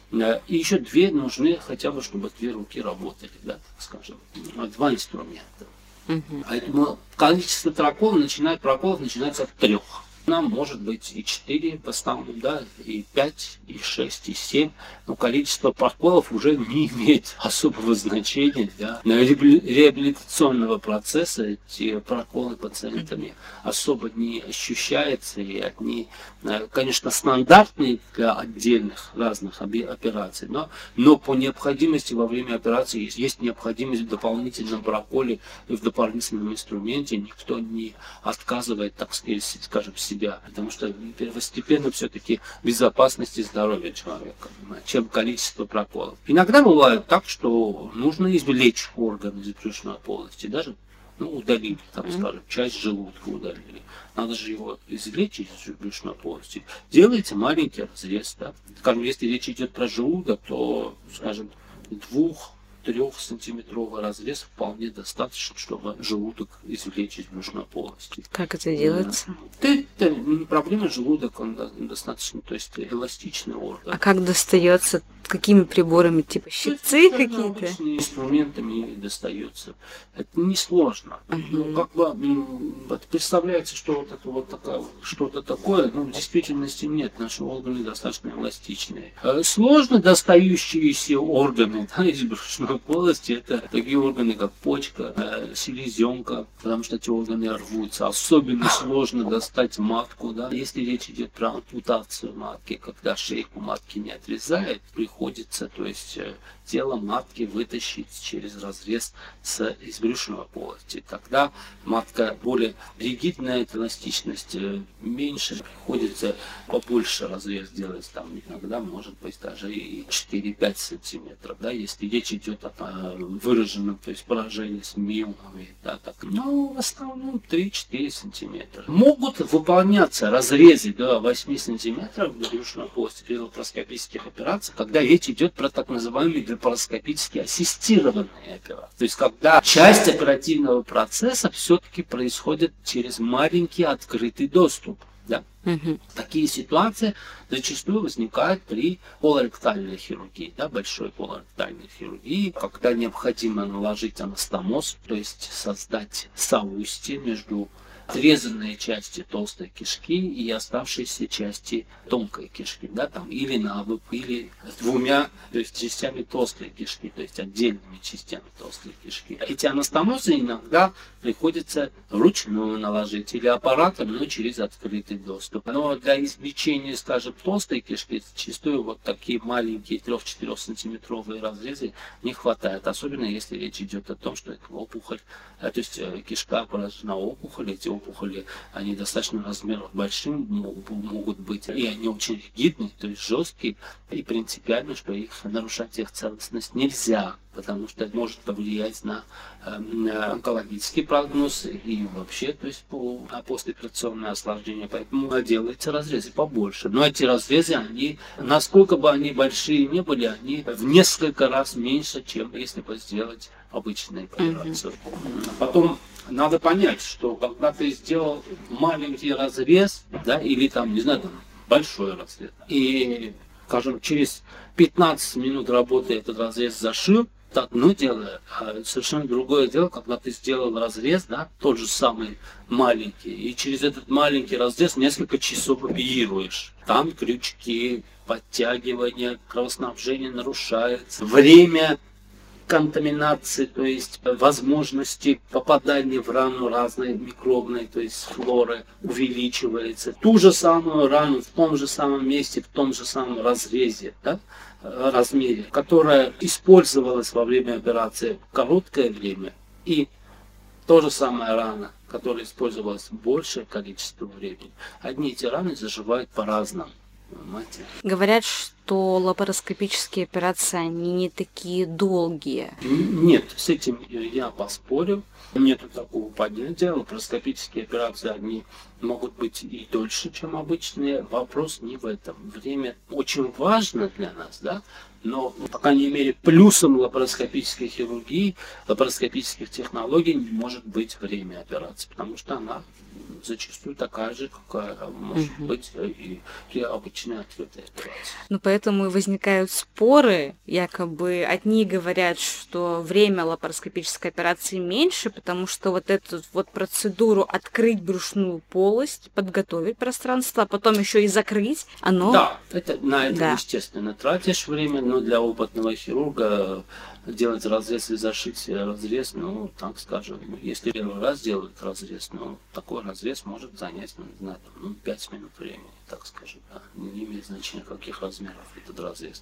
И еще две нужны хотя бы, чтобы две руки работали, да, так скажем. Два инструмента. Угу. Поэтому количество проколов начинает, проколов начинается от трех. Нам может быть и четыре в основном, да, и пять, и шесть, и семь. Но количество проколов уже не имеет особого значения для реабилитационного процесса. Эти проколы пациентами особо не ощущаются. И они, конечно, стандартные для отдельных разных операций, но, но по необходимости во время операции есть, есть необходимость в дополнительном проколе и в дополнительном инструменте. Никто не отказывает, так сказать, скажем, себе. Потому что первостепенно все-таки безопасность и здоровье человека, чем количество проколов. Иногда бывает так, что нужно извлечь орган из брюшной полости, даже ну, удалили, так скажем, часть желудка удалили. Надо же его извлечь из брюшной полости. Делается маленький разрез. Да. Скажем, если речь идет про желудок, то, скажем, двух трехсантиметровый разрез вполне достаточно, чтобы желудок извлечь из брюшной полости. Как это делается? Это, это не проблема, желудок, он достаточно, то есть эластичный орган. А как достается? Какими приборами? Типа щипцы какие-то? Обычными инструментами достается. Это несложно. Uh-huh. Ну, как бы вот, представляется, что вот это вот такое, что-то такое, но в действительности нет. Наши органы достаточно эластичные. Сложно достающиеся органы, да, из брюшной полости, это такие органы, как почка, селезенка, потому что эти органы рвутся. Особенно сложно достать матку, да. Если речь идет про ампутацию матки, когда шейку матки не отрезает, приходится, то есть тело матки вытащить через разрез с, из брюшной полости. Тогда матка более ригидная, эластичность меньше, приходится побольше разрез делать, там иногда может быть даже и четыре-пять сантиметров, да, если речь идет о выраженном, то есть поражении с миомами, да, так, ну, в основном три-четыре сантиметра. Могут выполняться разрезы до восьми сантиметров в брюшной полости при лапароскопических операциях, когда речь идет про так называемые лапароскопически ассистированные операции. То есть, когда часть оперативного процесса все-таки происходит через маленький открытый доступ. Да? Угу. Такие ситуации зачастую возникают при колоректальной хирургии, да, большой колоректальной хирургии, когда необходимо наложить анастомоз, то есть создать соустье между отрезанные части толстой кишки и оставшиеся части тонкой кишки, да, там, или навык, или двумя, то есть частями толстой кишки, то есть отдельными частями толстой кишки. Эти анастомозы иногда приходится вручную наложить или аппаратом, но через открытый доступ. Но для извлечения, скажем, толстой кишки зачастую вот такие маленькие трех-четырех сантиметровые разрезы не хватает, особенно если речь идет о том, что это опухоль, то есть кишка поражена опухолью, эти опухоли, они достаточно размеров большим могут быть, и они очень ригидные, то есть жесткие, и принципиально, что их нарушать их целостность нельзя, потому что это может повлиять на, на онкологический прогноз и вообще, то есть по, на послеоперационное осложнение, поэтому делаются разрезы побольше. Но эти разрезы, они, насколько бы они большие не были, они в несколько раз меньше, чем если бы сделать обычную операцию. Mm-hmm. Потом надо понять, что когда ты сделал маленький разрез, да, или там, не знаю, там, большой разрез, и, скажем, через пятнадцать минут работы этот разрез зашил, это одно дело, а совершенно другое дело, когда ты сделал разрез, да, тот же самый маленький, и через этот маленький разрез несколько часов оперируешь. Там крючки, подтягивание, кровоснабжение нарушается. Время контаминации, то есть возможности попадания в рану разной микробной, то есть флоры, увеличивается. Ту же самую рану в том же самом месте, в том же самом разрезе, да, размере, которая использовалась во время операции короткое время, и то же самая рана, которая использовалась большее количество времени. Одни эти раны заживают по-разному. Понимаете? Говорят, что лапароскопические операции, они не такие долгие. Нет, с этим я поспорю. Нету такого понятия. Лапароскопические операции, они могут быть и дольше, чем обычные. Вопрос не в этом. Время очень важно для нас, да? Но, по крайней мере, плюсом лапароскопической хирургии, лапароскопических технологий не может быть время операции, потому что она зачастую такая же, какая может угу. быть и при обычной открытой операции. Ну, поэтому и возникают споры, якобы одни говорят, что время лапароскопической операции меньше, потому что вот эту вот процедуру открыть брюшную полость, подготовить пространство, а потом еще и закрыть, оно... Да, это, на это, да. естественно, тратишь время, но для опытного хирурга делать разрез и зашить разрез, ну, так скажем, если первый раз делают разрез, ну, такой разрез может занять, ну, не знаю, ну, пять минут времени, так скажем, да. Не имеет значения, каких размеров этот разрез.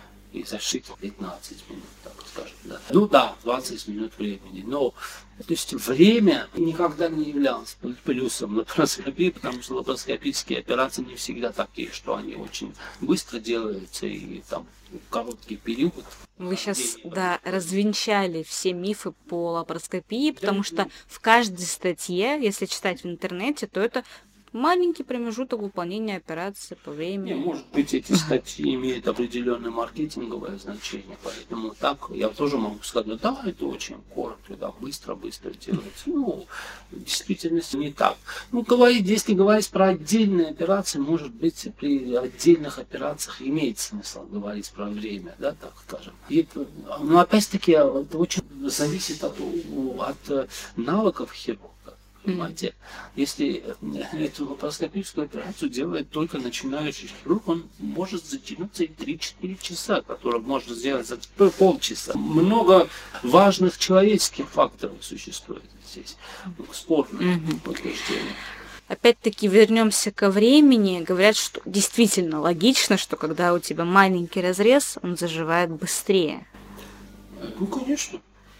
И зашить пятнадцать минут, так скажем, да. Ну да, двадцать минут времени, но, то есть, время никогда не являлось плюсом лапароскопии, потому что лапароскопические операции не всегда такие, что они очень быстро делаются и там короткий период. Вы сейчас, да, развенчали все мифы по лапароскопии, потому что в каждой статье, если читать в интернете, то это маленький промежуток выполнения операции по времени. Не, может быть, эти статьи имеют определенное маркетинговое значение, поэтому так я тоже могу сказать, да, это очень коротко, да, быстро-быстро делается. Ну, в действительности не так. Ну, говорить, если говорить про отдельные операции, может быть, при отдельных операциях имеет смысл говорить про время, да, так скажем. И, но опять-таки, это очень зависит от, от навыков хирурга. Понимаете, если эту лапароскопическую операцию делает только начинающий хирург, он может затянуться и три-четыре часа, которые можно сделать за полчаса. Много важных человеческих факторов существует здесь. Спорное подтверждение. Опять-таки вернемся ко времени. Говорят, что действительно логично, что когда у тебя маленький разрез, он заживает быстрее. Ну, конечно.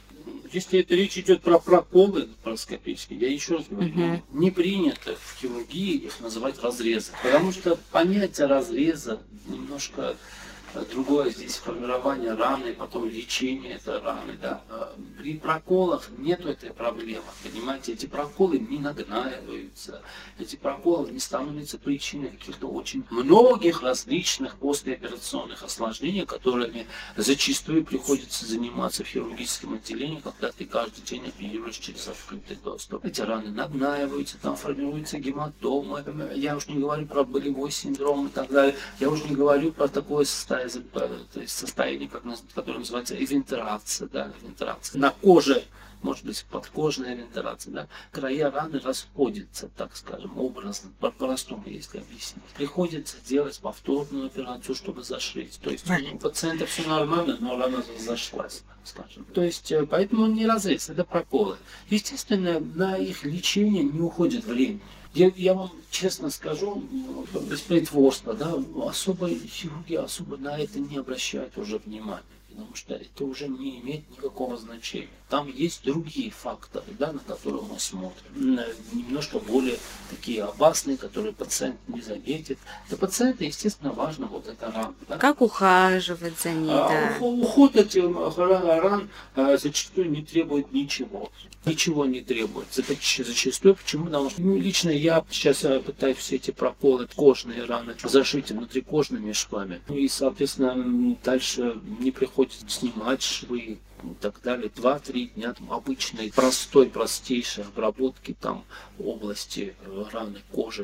Если это речь идет про проколы лапароскопические, я еще раз говорю, uh-huh. не принято в хирургии их называть разрезы, потому что понятие разреза немножко другое здесь формирование раны, потом лечение этой раны. Да. При проколах нету этой проблемы, понимаете, эти проколы не нагнаиваются, эти проколы не становятся причиной каких-то очень многих различных послеоперационных осложнений, которыми зачастую приходится заниматься в хирургическом отделении, когда ты каждый день оперируешь через открытый доступ. Эти раны нагнаиваются, там формируются гематомы, я уж не говорю про болевой синдром и так далее, я уже не говорю про такое состояние, то есть состояние, как, которое называется эвентрация, да, эвентрация. На коже, может быть, подкожная эвентрация, да, края раны расходятся, так скажем, образно, по-простому, если объяснить. Приходится делать повторную операцию, чтобы зашить. То есть у пациента все нормально, но рана зашлась, скажем. То есть поэтому не разрез, это проколы. Естественно, на их лечение не уходит время. Я, я вам честно скажу, без притворства, да, особо хирурги особо на это не обращают уже внимания, потому что это уже не имеет никакого значения. Там есть другие факторы, да, на которые мы смотрим, немножко более такие опасные, которые пациент не заметит. Для пациента, естественно, важно вот эта рана. Да? Как ухаживать за ней, а, да. Уход этих ран зачастую не требует ничего. Ничего не требуется. Это зачастую. Почему? Потому что ну, лично я сейчас пытаюсь все эти проколы, кожные раны зашить внутрикожными швами. И, соответственно, дальше не приходится снимать швы и так далее. Два-три дня там, обычной, простой, простейшей обработки там области раны кожи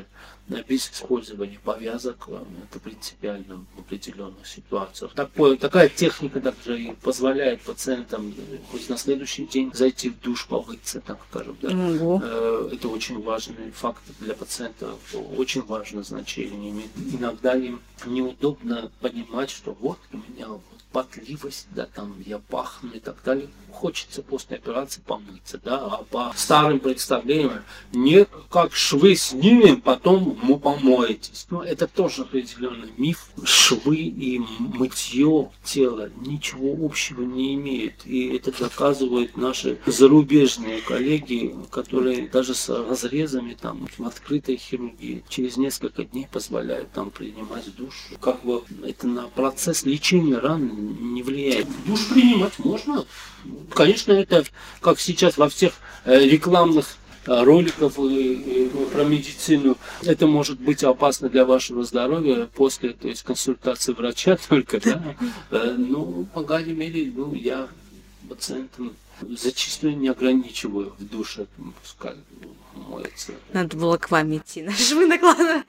без использования повязок, это принципиально в определенных ситуациях. Такое, такая техника также и позволяет пациентам хоть на следующий день зайти в душ, помыться, так скажем. Да? Ого. Это очень важный фактор для пациента, очень важное значение имеет. Иногда им неудобно понимать, что вот у меня вот потливость, да, там я пахну и так далее. Хочется после операции помыться, да, а по старым представлениям, не как швы снимем, потом мы помоетесь. Но это тоже определенный миф. Швы и мытье тела ничего общего не имеют. И это доказывают наши зарубежные коллеги, которые даже с разрезами там, в открытой хирургии через несколько дней позволяют там принимать душ. Как бы это на процесс лечения ран не влияет. Душ принимать можно. Конечно, это, как сейчас во всех рекламных роликов про медицину, это может быть опасно для вашего здоровья после, то есть, консультации врача только, да. Ну, по крайней мере, ну, я пациентам зачастую не ограничиваю в душе, пускай моется. Надо было к вам идти, на швы накладывать.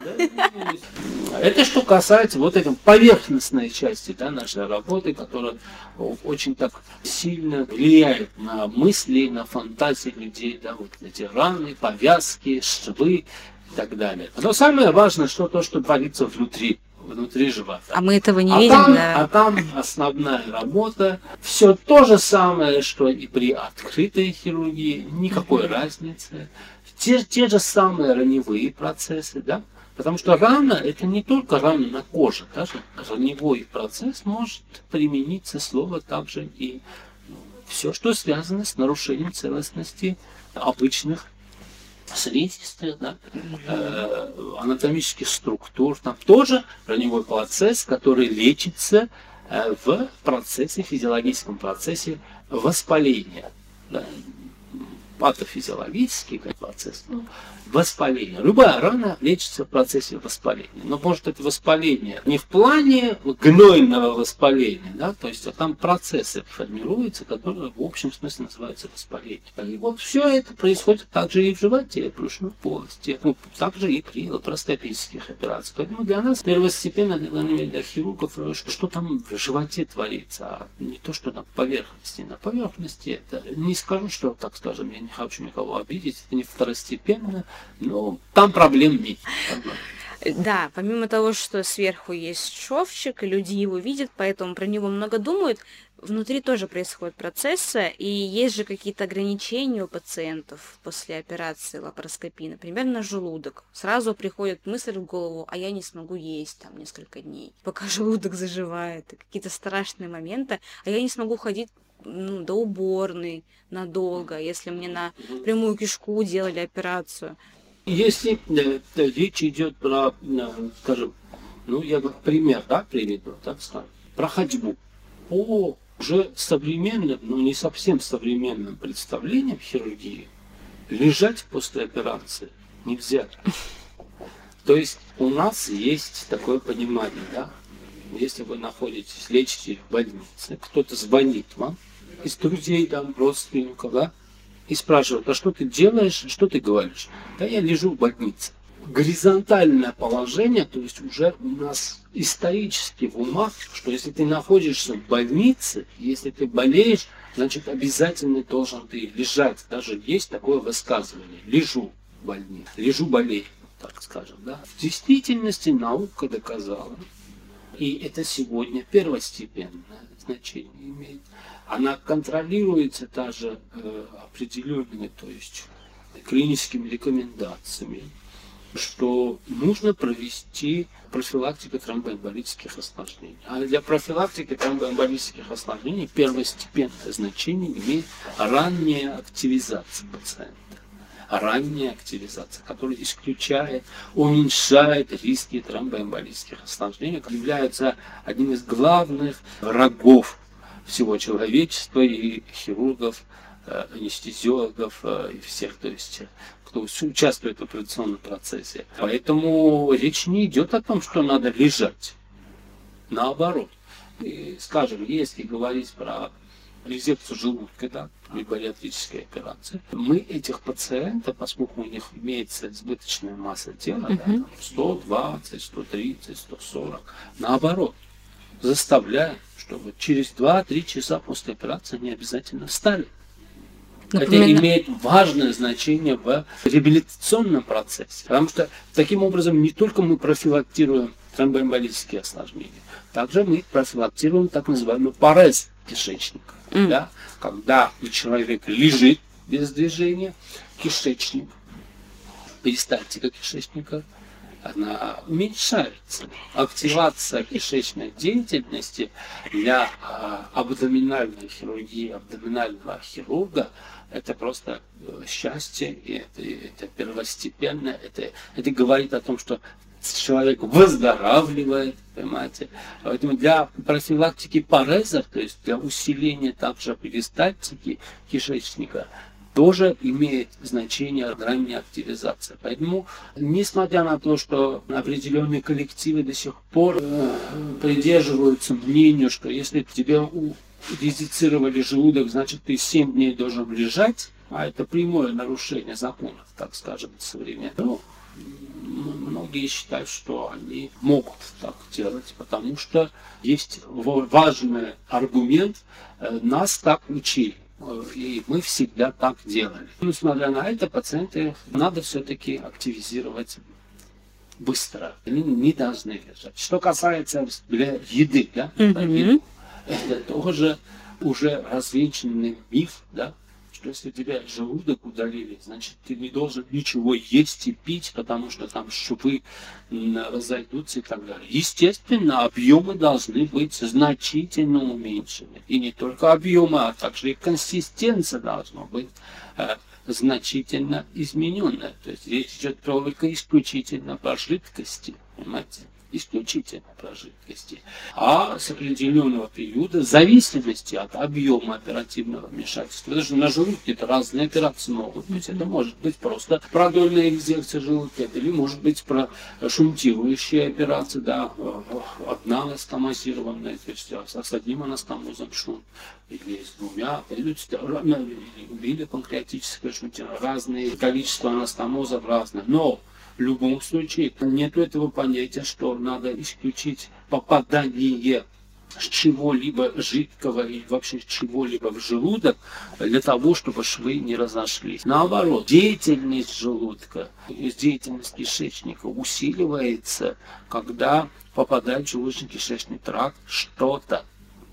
Это что касается вот этой поверхностной части, да, нашей работы, которая очень так сильно влияет на мысли, на фантазии людей, да, вот эти раны, повязки, швы и так далее. Но самое важное, что то, что творится внутри. Внутри живота. А мы этого не а видим, там, да? А там основная работа. Все то же самое, что и при открытой хирургии. Никакой разницы. Те, те же самые раневые процессы, да? Потому что рана – это не только рана на коже. Даже раневой процесс может примениться слово также и все, что связано с нарушением целостности обычных слизистых, да, э, анатомических структур, там тоже раневой процесс, который лечится э, в процессе, физиологическом процессе воспаления. Да. Патофизиологический процесс, ну, воспаление. Любая рана лечится в процессе воспаления. Но может это воспаление не в плане гнойного воспаления, да, то есть а там процессы формируются, которые в общем смысле называются воспалением. И вот все это происходит также и в животе, в брюшной полости, ну, также и при лапароскопических операциях. Поэтому для нас первостепенно, для, для хирургов, что, что там в животе творится, а не то, что на поверхности. На поверхности это не скажу, что, так скажем, я не хочу никого обидеть, это не второстепенно, но там проблем нет. Да, помимо того, что сверху есть шовчик, и люди его видят, поэтому про него много думают, внутри тоже происходят процессы, и есть же какие-то ограничения у пациентов после операции лапароскопии, например, на желудок. Сразу приходит мысль в голову, а я не смогу есть там несколько дней, пока желудок заживает, и какие-то страшные моменты, а я не смогу ходить ну, до уборной надолго, если мне на прямую кишку делали операцию. Если э, речь идет про, э, скажем, ну я как пример, да, приведу, так скажем, про ходьбу. По уже современным, но не совсем современным представлениям хирургии, лежать после операции нельзя. То есть у нас есть такое понимание, да, если вы находитесь, лечите в больнице, кто-то звонит вам из друзей, там, родственников, да, и спрашивают, а что ты делаешь, что ты говоришь? Да я лежу в больнице. Горизонтальное положение, то есть уже у нас исторически в умах, что если ты находишься в больнице, если ты болеешь, значит обязательно должен ты лежать. Даже есть такое высказывание, лежу в больнице, лежу болею, так скажем. Да? В действительности наука доказала, и это сегодня первостепенное значение имеет. Она контролируется даже э, определенными, то есть клиническими рекомендациями, что нужно провести профилактику тромбоэмболических осложнений. А для профилактики тромбоэмболических осложнений первостепенное значение имеет ранняя активизация пациента. Ранняя активизация, которая исключает, уменьшает риски тромбоэмболических осложнений, является одним из главных врагов всего человечества и хирургов, анестезиологов и всех, то есть, кто участвует в операционном процессе. Поэтому речь не идет о том, что надо лежать. Наоборот. И, скажем, если говорить про резекцию желудка, да, и бариатрическая операция. Мы этих пациентов, поскольку у них имеется избыточная масса тела, uh-huh. да, там сто двадцать, сто тридцать, сто сорок, наоборот, заставляем, чтобы через два-три часа после операции они обязательно встали. Например, это имеет важное значение в реабилитационном процессе, потому что таким образом не только мы профилактируем тромбоэмболические осложнения, также мы профилактируем так называемый парез кишечника. Mm. Да? Когда человек лежит без движения, кишечник, перистальтика кишечника, она уменьшается. Активация кишечной деятельности для а, абдоминальной хирургии, абдоминального хирурга — это просто счастье, и это, это первостепенно. Это, это говорит о том, что человек выздоравливает, понимаете. Поэтому для профилактики парезов, то есть для усиления также перистальтики кишечника, тоже имеет значение ранняя активизация. Поэтому, несмотря на то, что определенные коллективы до сих пор э, придерживаются мнению, что если тебе резицировали желудок, значит ты семь дней должен лежать, а это прямое нарушение законов, так скажем, современных. Ну, многие считают, что они могут так делать, потому что есть важный аргумент, нас так учили. И мы всегда так делали. Несмотря на это, пациенты надо все-таки активизировать быстро. Они не должны лежать. Что касается еды, да, mm-hmm. это тоже уже развенчанный миф, да, что если тебе желудок удалили, значит ты не должен ничего есть и пить, потому что там швы разойдутся и так далее. Естественно, объемы должны быть значительно уменьшены. И не только объемы, а также и консистенция должна быть э, значительно измененная. То есть речь идет только исключительно про жидкости, понимаете? Исключительно про жидкости. А с определенного периода, в зависимости от объема оперативного вмешательства, потому что на желудке это разные операции могут быть. Это может быть просто продольная резекция желудка, или может быть шунтирующая операция, да, одна анастомозированная, то есть с одним анастомозом шунт, или с двумя, или, или панкреатическое шунтирование. Разные количество анастомозов разное. Но в любом случае нет этого понятия, что надо исключить попадание с чего-либо жидкого или вообще с чего-либо в желудок для того, чтобы швы не разошлись. Наоборот, деятельность желудка, деятельность кишечника усиливается, когда попадает в желудочно-кишечный тракт что-то,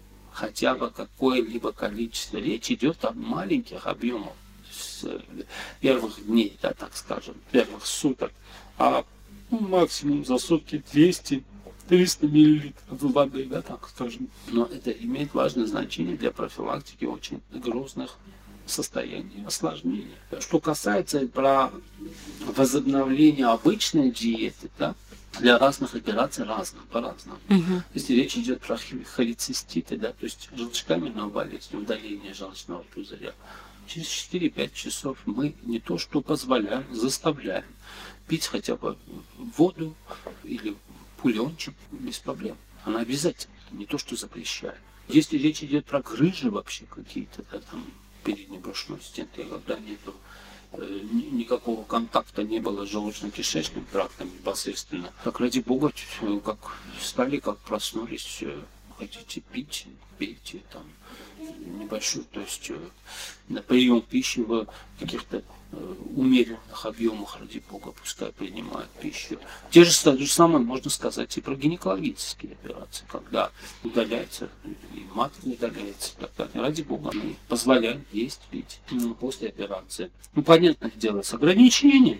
хотя бы какое-либо количество. Речь идет о маленьких объемах с первых дней, да, так скажем, первых суток, а максимум за сутки двести-триста миллилитров воды, да, так скажем. Но это имеет важное значение для профилактики очень грозных состояний, осложнений. Что касается про возобновление обычной диеты, да, для разных операций разных, по-разному. Uh-huh. Если речь идет про холециститы, да, то есть желчекаменную болезнь, удаление желчного пузыря, через четыре-пять часов мы не то что позволяем, заставляем пить хотя бы воду или бульончик без проблем. Она обязательно, не то что запрещаем. Если речь идет про грыжи вообще какие-то, да, там передней брюшной стенки, когда нету э, никакого контакта не было с желудочно-кишечным трактом непосредственно, так ради бога, как встали, как проснулись, хотите пить, пейте там небольшой, то есть на прием пищи в каких-то э, умеренных объемах, ради бога, пускай принимают пищу. Те же, то же самое можно сказать и про гинекологические операции, когда удаляется, и матка удаляется, и так далее. Ради бога, мы позволяем есть, пить ну, после операции. Ну, понятное дело, с ограничениями,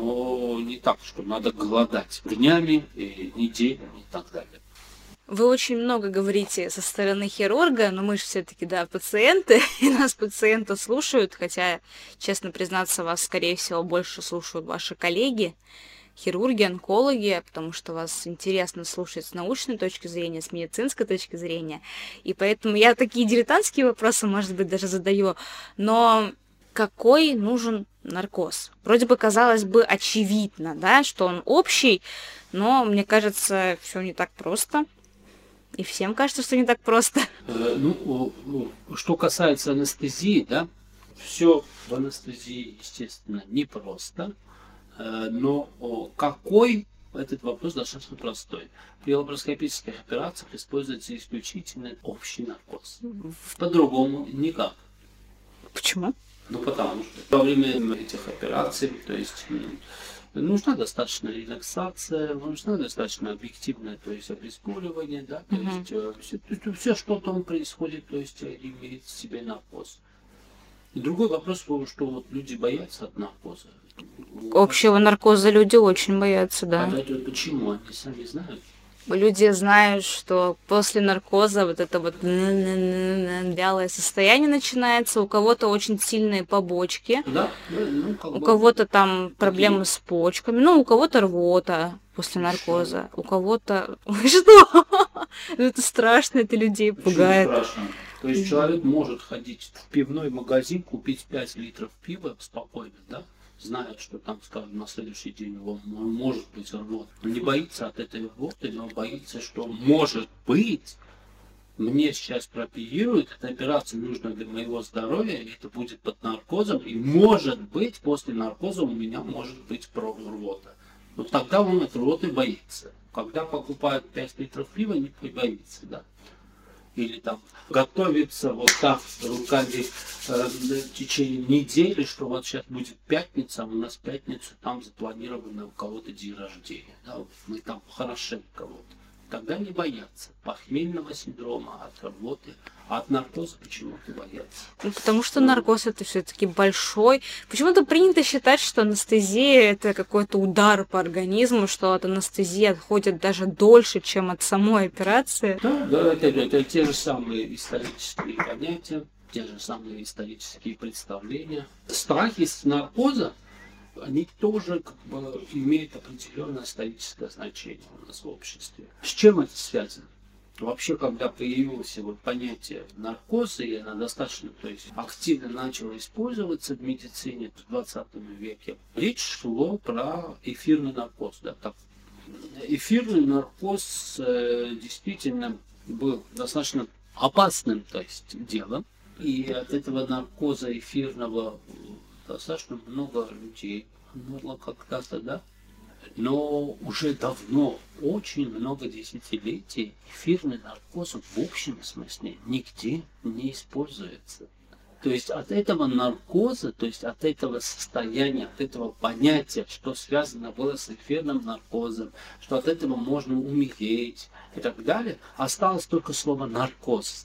но не так, что надо голодать днями, и неделями и так далее. Вы очень много говорите со стороны хирурга, но мы же все-таки, да, пациенты, и нас пациенты слушают, хотя, честно признаться, вас, скорее всего, больше слушают ваши коллеги, хирурги, онкологи, потому что вас интересно слушать с научной точки зрения, с медицинской точки зрения, и поэтому я такие дилетантские вопросы, может быть, даже задаю, но какой нужен наркоз? Вроде бы, казалось бы, очевидно, да, что он общий, но, мне кажется, все не так просто. И всем кажется, что не так просто. Э, ну, ну, что касается анестезии, да, все в анестезии, естественно, непросто. Э, но о, какой, этот вопрос достаточно простой. При лапароскопических операциях используется исключительно общий наркоз. По-другому никак. Почему? Ну, потому что во время этих операций, то есть нужна достаточно релаксация, нужна достаточно объективное, то есть обезболивание, да, то Мгм. есть э, все, то есть, все, что там происходит, то есть э, имеет в себе наркоз. И другой вопрос, что что вот люди боятся от наркоза. Общего наркоза люди очень боятся, А да. это почему? Они сами знают. Люди знают, что после наркоза вот это вот н-н-н-н вялое состояние начинается, у кого-то очень сильные побочки, Да, да, ну, как у бы, кого-то там проблемы есть. с почками, ну, у кого-то рвота после И наркоза, у кого-то... Что? Ну, это страшно, это людей Почему пугает. страшно? То есть человек может ходить в пивной магазин, купить пять литров пива спокойно, да? Зная, что там, скажем, на следующий день его м- может быть рвота. Но не боится от этой рвоты, но боится, что может быть, мне сейчас прооперируют, эта операция нужна для моего здоровья, и это будет под наркозом, и может быть, после наркоза у меня может быть рвота. Вот тогда он от рвоты боится. Когда покупают пять литров пива, не боится, да. Или там готовится вот так руками э, в течение недели, что вот сейчас будет пятница, а у нас в пятницу там запланировано у кого-то день рождения. Да, вот мы там хорошим кого-то. Тогда не боятся похмельного синдрома, от рвоты, а от наркоза почему-то боятся. Ну, потому что наркоз это все-таки большой. Почему-то принято считать, что анестезия это какой-то удар по организму, что от анестезии отходит даже дольше, чем от самой операции. Да, да, это, это те же самые исторические понятия, те же самые исторические представления. Страхи с наркоза, они тоже как бы имеют определенное историческое значение у нас в обществе. С чем это связано? Вообще, когда появилось вот понятие наркоза, и она достаточно, то есть, активно начала использоваться в медицине в двадцатом веке, речь шло про эфирный наркоз. Да, так. Эфирный наркоз э, действительно был достаточно опасным, то есть, делом. И от этого наркоза эфирного достаточно много людей умерло когда-то, да? Но уже давно, очень много десятилетий, эфирный наркоз в общем смысле нигде не используется. То есть от этого наркоза, то есть от этого состояния, от этого понятия, что связано было с эфирным наркозом, что от этого можно умереть и так далее, осталось только слово наркоз.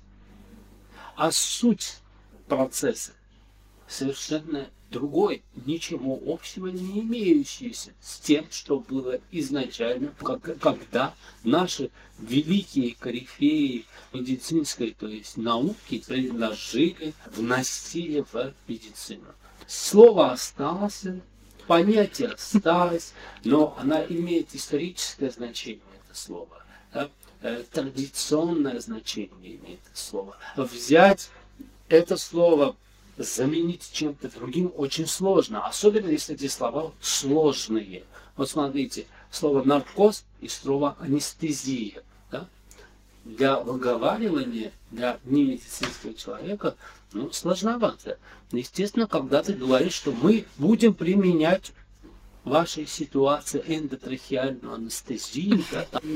А суть процесса совершенно другой, ничего общего не имеющийся с тем, что было изначально, как, когда наши великие корифеи медицинской, то есть науки, предложили, вносили в медицину. Слово осталось, понятие осталось, но она имеет историческое значение, это слово, да? Традиционное значение имеет это слово. Взять это слово, заменить чем-то другим очень сложно, особенно если эти слова сложные. Вот смотрите, слово наркоз и слово анестезия. Да? Для выговаривания, для немедицинского человека, ну, сложновато. Естественно, когда ты говоришь, что мы будем применять в вашей ситуации эндотрахеальную анестезию, да, там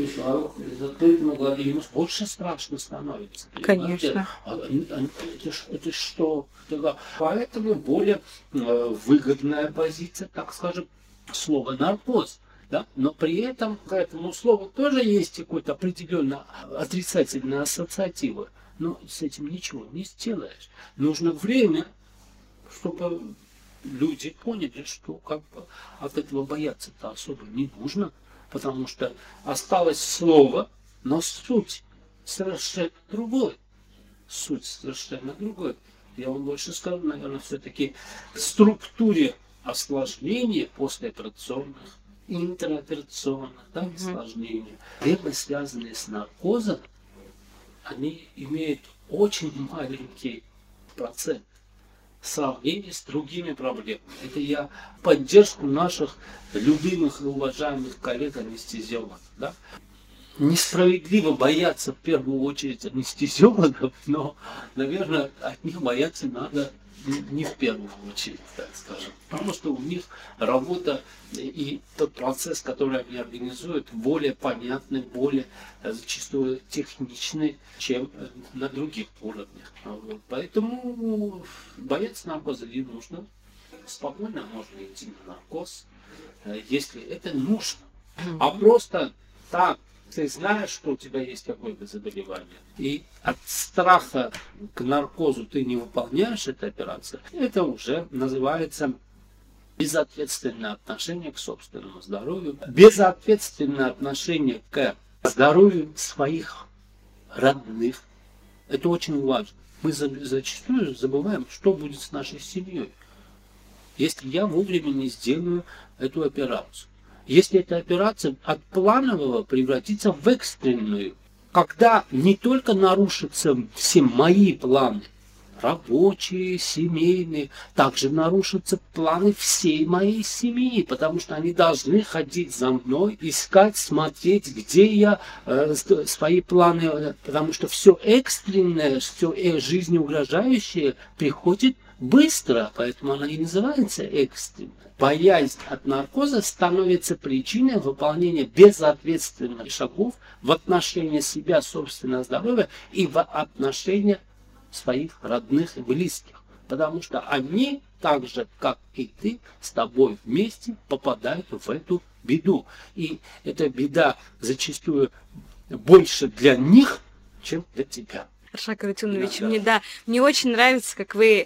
ему больше страшно становится. Конечно. А, это, это что? Поэтому более э, выгодная позиция, так скажем, слово наркоз. Да? Но при этом к этому слову тоже есть какой-то определенно отрицательные ассоциативы. Но с этим ничего не сделаешь. Нужно время, чтобы люди поняли, что как бы от этого бояться-то особо не нужно, потому что осталось слово, но суть совершенно другой. Суть совершенно другой. Я вам больше скажу, наверное, все-таки в структуре осложнений послеоперационных, интраоперационных, да, Мгм. осложнений, проблемы, связанные с наркозом, они имеют очень маленький процент в сравнении с другими проблемами. Это я в поддержку наших любимых и уважаемых коллег-анестезиологов. Да? несправедливо бояться в первую очередь анестезиологов, но, наверное, от них бояться надо не в первую очередь, так скажем. Потому что у них работа и тот процесс, который они организуют, более понятный, более зачастую техничный, чем на других уровнях. Вот. Поэтому бояться наркоза не нужно. Спокойно можно идти на наркоз, если это нужно. А просто так, ты знаешь, что у тебя есть какое-то заболевание, и от страха к наркозу ты не выполняешь эту операцию, это уже называется безответственное отношение к собственному здоровью, безответственное отношение к здоровью своих родных. Это очень важно. Мы зачастую забываем, что будет с нашей семьей, если я вовремя не сделаю эту операцию. Если эта операция от планового превратится в экстренную, когда не только нарушатся все мои планы, рабочие, семейные, также нарушатся планы всей моей семьи, потому что они должны ходить за мной, искать, смотреть, где я, э, свои планы, потому что все экстренное, все жизнеугрожающее приходит быстро, поэтому она и называется экстренной. Боязнь от наркоза становится причиной выполнения безответственных шагов в отношении себя, собственного здоровья и в отношении своих родных и близких. Потому что они, так же, как и ты, с тобой вместе попадают в эту беду. И эта беда зачастую больше для них, чем для тебя. Аршак Арутюнович, мне, да, мне очень нравится, как вы...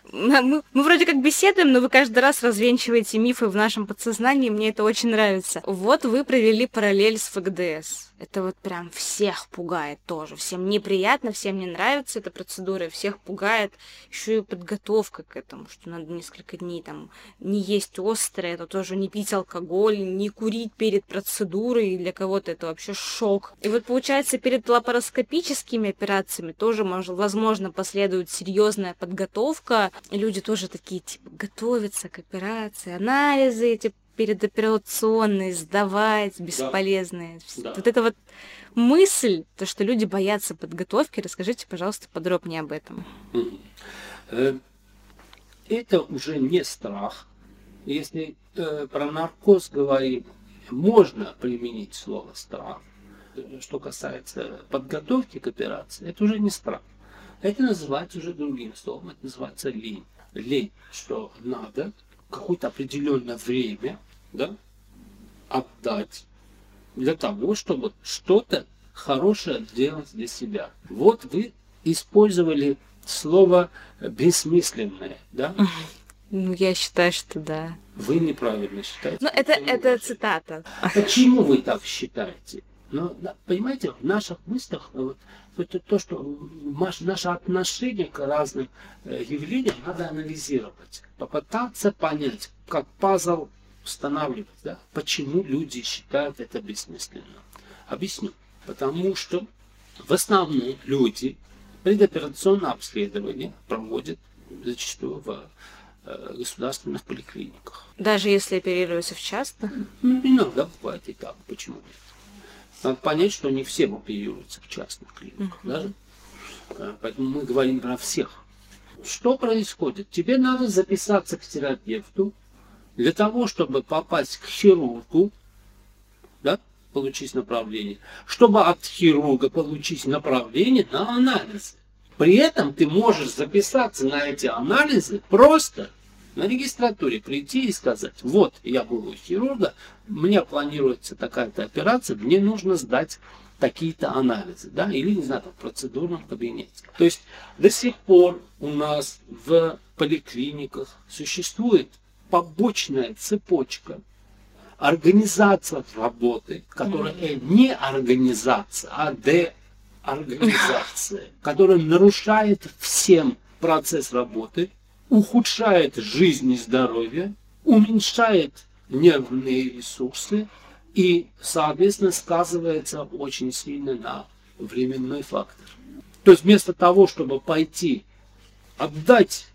Мы, мы вроде как беседуем, но вы каждый раз развенчиваете мифы в нашем подсознании, мне это очень нравится. Вот вы провели параллель с ФГДС. Это вот прям всех пугает тоже. Всем неприятно, всем не нравится эта процедура, всех пугает. Еще и подготовка к этому, что надо несколько дней там не есть острое, это тоже не пить алкоголь, не курить перед процедурой, и для кого-то это вообще шок. И вот получается, перед лапароскопическими операциями тоже, может, возможно, последует серьезная подготовка. И люди тоже такие, типа, готовятся к операции, анализы эти передоперационные сдавать, бесполезные. Да. Вот эта вот мысль, то, что люди боятся подготовки, расскажите, пожалуйста, подробнее об этом. Это уже не страх. Если э, про наркоз говорим, можно применить слово страх. Что касается подготовки к операции, это уже не страх. Это называется уже другим словом, это называется лень. Лень, что надо какое-то определенное время, да, отдать для того, чтобы что-то хорошее делать для себя. Вот вы использовали слово бессмысленное, да? Ну, я считаю, что да. Вы неправильно считаете. Ну, это, это цитата. Почему вы так считаете? Но, понимаете, в наших мыслях вот, это то, что наше отношение к разным явлениям надо анализировать, попытаться понять, как пазл устанавливать, да, почему люди считают это бессмысленным. Объясню. Потому что в основном люди предоперационное обследование проводят зачастую в э, государственных поликлиниках. Даже если оперируются в частных? Ну, иногда бывает и так. Почему нет? Надо понять, что не все оперируются в частных клиниках. Uh-huh. Даже. Поэтому мы говорим про всех. Что происходит? Тебе надо записаться к терапевту для того, чтобы попасть к хирургу, да, получить направление, чтобы от хирурга получить направление на анализы. При этом ты можешь записаться на эти анализы просто на регистратуре, прийти и сказать: вот, я был у хирурга, мне планируется такая-то операция, мне нужно сдать такие-то анализы, да, или, не знаю, в процедурном кабинете. То есть до сих пор у нас в поликлиниках существует побочная цепочка, организация работы, которая не организация, а деорганизация, которая нарушает всем процесс работы, ухудшает жизнь и здоровье, уменьшает нервные ресурсы и, соответственно, сказывается очень сильно на временной фактор. То есть вместо того, чтобы пойти отдать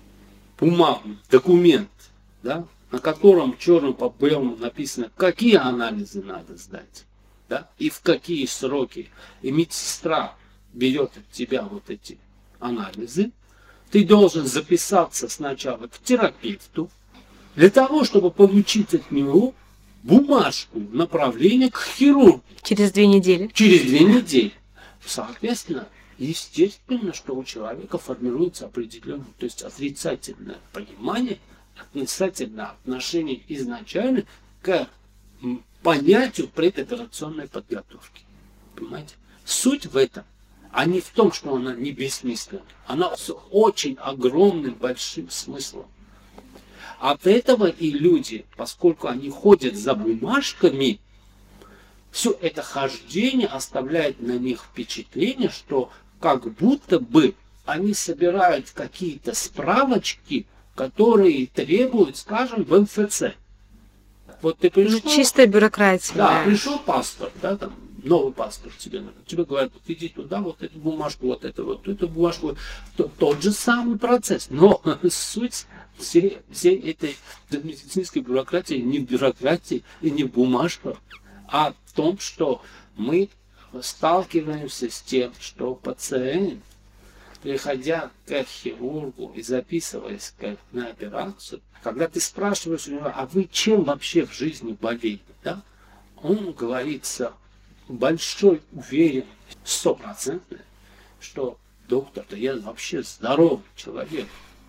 бумагу, документ, да, на котором черным по белому написано, какие анализы надо сдать, да, и в какие сроки. И медсестра берет от тебя вот эти анализы, ты должен записаться сначала к терапевту, для того, чтобы получить от него бумажку направления к хирургу. Через две недели. Через две недели. Соответственно, естественно, что у человека формируется определенное, то есть отрицательное понимание, отрицательное отношение изначально к понятию предоперационной подготовки. Понимаете? Суть в этом, а не в том, что она не бессмысленна. Она с очень огромным, большим смыслом. От этого и люди, поскольку они ходят за бумажками, все это хождение оставляет на них впечатление, что как будто бы они собирают какие-то справочки, которые требуют, скажем, в эм эф це. Вот ты пришел, Ну, чистая бюрократия. да, Да. пришел паспорт, да, там, новый паспорт тебе надо. Тебе говорят, вот иди туда, вот эту бумажку, вот эту, вот эту бумажку. То- Тот же самый процесс. Но суть всей, всей этой медицинской бюрократии не в бюрократии и не в бумажках, а в том, что мы сталкиваемся с тем, что пациент, приходя к хирургу и записываясь к- на операцию, когда ты спрашиваешь у него, а вы чем вообще в жизни болеете, да? Он говорит с большой уверенностью, стопроцентной, что доктор, да я вообще здоровый человек.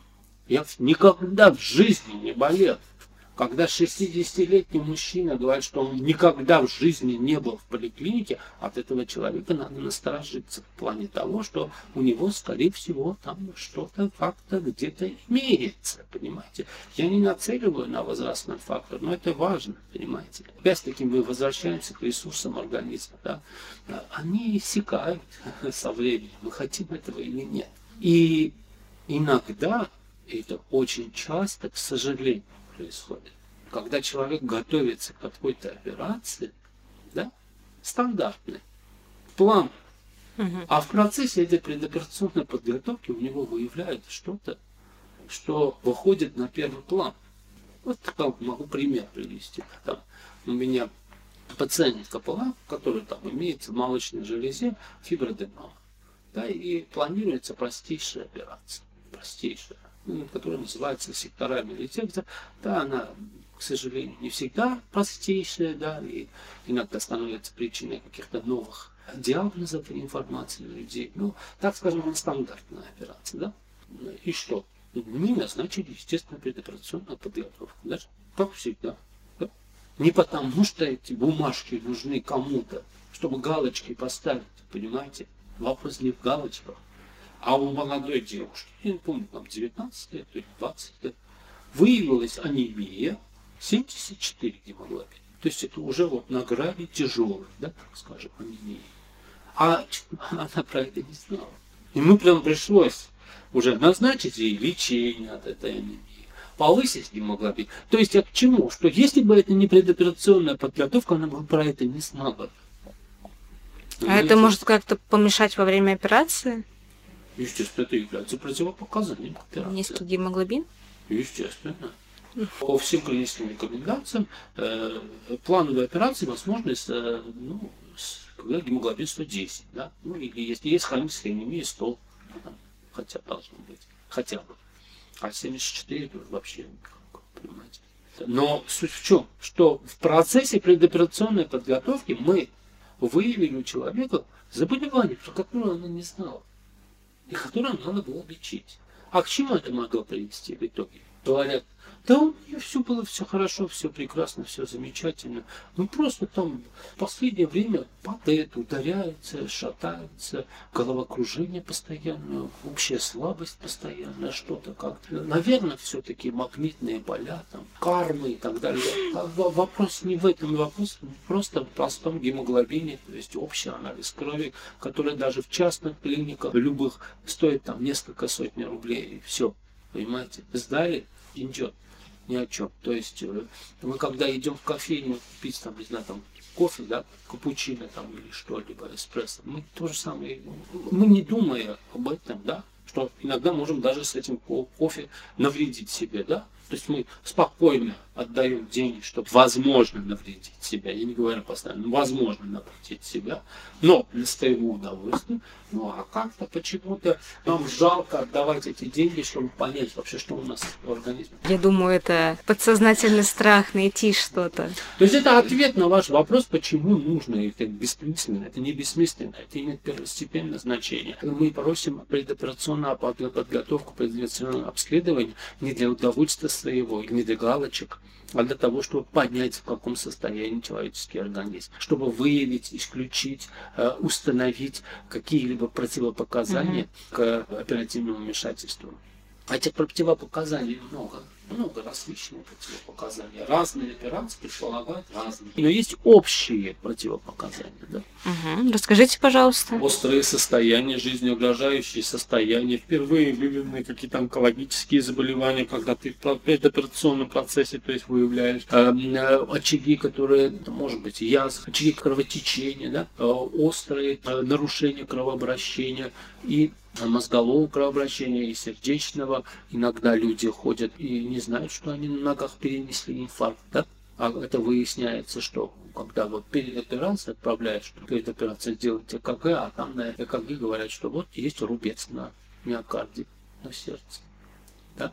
Я никогда в жизни не болел. Когда шестидесятилетний мужчина говорит, что он никогда в жизни не был в поликлинике, от этого человека надо насторожиться в плане того, что у него, скорее всего, там что-то как-то где-то имеется, понимаете. Я не нацеливаю на возрастной фактор, но это важно, понимаете. Опять-таки мы возвращаемся к ресурсам организма, да. Они иссякают со временем, мы хотим этого или нет. И иногда, это очень часто, к сожалению, происходит. Когда человек готовится к какой-то операции, да, стандартный план, Мгм. а в процессе этой предоперационной подготовки у него выявляется что-то, что выходит на первый план. Вот там могу пример привести. Там у меня пациентка была, которая там имеет в молочной железе фиброденома, да, и планируется простейшая операция, простейшая, ну, которая называется секторальная резекция. Да, она, к сожалению, не всегда простейшая, да, и иногда становится причиной каких-то новых диагнозов и информации у людей. Ну, так скажем, она стандартная операция, да. И что? Мы назначили, естественно, предоперационную подготовку, да, как всегда. Да? Не потому, что эти бумажки нужны кому-то, чтобы галочки поставить, понимаете? Вопрос не в галочках. А у молодой девушки, я не помню, там девятнадцать лет или двадцать лет, выявилась анемия семьдесят четыре гемоглобин. То есть это уже вот на грани тяжелой, да, так скажем, анемии. А она про это не знала. И мы прям пришлось уже назначить ей лечение от этой анемии, повысить гемоглобин. То есть я к чему? Что если бы это не предоперационная подготовка, она бы про это не знала. А это может как-то помешать во время операции? Естественно, это является противопоказанием к операции. Низкий гемоглобин? Естественно. По всем клиническим рекомендациям э, плановой операции возможно, с, э, ну, с, когда гемоглобин сто десять, да? Ну, или если есть хроническая анемия сто, да, хотя должно быть, хотя бы. А семьдесят четыре это вообще никак, понимаете. Но суть в чем? Что в процессе предоперационной подготовки мы выявили у человека заболевание, про которое она не знала, и которое надо было лечить. А к чему это могло привести в итоге? Говорят, да у нее все было все хорошо, все прекрасно, все замечательно. Ну просто там в последнее время падает, ударяется, шатается, головокружение постоянное, общая слабость постоянная, что-то как-то. Наверное, все-таки магнитные поля, там, кармы и так далее. А вопрос не в этом, вопрос просто в простом гемоглобине, то есть общий анализ крови, который даже в частных клиниках любых стоит там несколько сотен рублей, и все. Понимаете, сдали, идет ни о чем. То есть мы когда идем в кофейню пить там, не знаю, там кофе, да, капучино там или что-либо, эспрессо, мы то же самое, мы не думая об этом, да, что иногда можем даже с этим кофе навредить себе, да? То есть мы спокойно отдаем деньги, чтобы возможно навредить себя. Я не говорю постоянно, возможно навредить себя, но для своего удовольствия. Ну а как-то почему-то нам жалко отдавать эти деньги, чтобы понять вообще, что у нас в организме. Я думаю, это подсознательный страх найти что-то. То есть это ответ на ваш вопрос, почему нужно. Это бессмысленно, это не бессмысленно, это имеет первостепенное значение. Мы просим предоперационную подготовку, предоперационное обследование не для удовольствия своего, не для галочек, а для того, чтобы понять, в каком состоянии человеческий организм, чтобы выявить, исключить, установить какие-либо противопоказания mm-hmm. к оперативному вмешательству. А этих противопоказаний много, много различных противопоказаний. Разные операции предполагают разные. Но есть общие противопоказания. Да? Угу. Расскажите, пожалуйста. Острые состояния, жизнеугрожающие состояния, впервые выявленные какие-то онкологические заболевания, когда ты в предоперационном процессе, то есть выявляешь э, очаги, которые, может быть, язв, очаги кровотечения, да? э, острые э, нарушения кровообращения и мозгового кровообращения и сердечного. Иногда люди ходят и не знают, что они на ногах перенесли инфаркт, да? А это выясняется, что когда вот перед операцией отправляют, что перед операцией делать ЭКГ, а там на ЭКГ говорят, что вот есть рубец на миокарде, на сердце, да?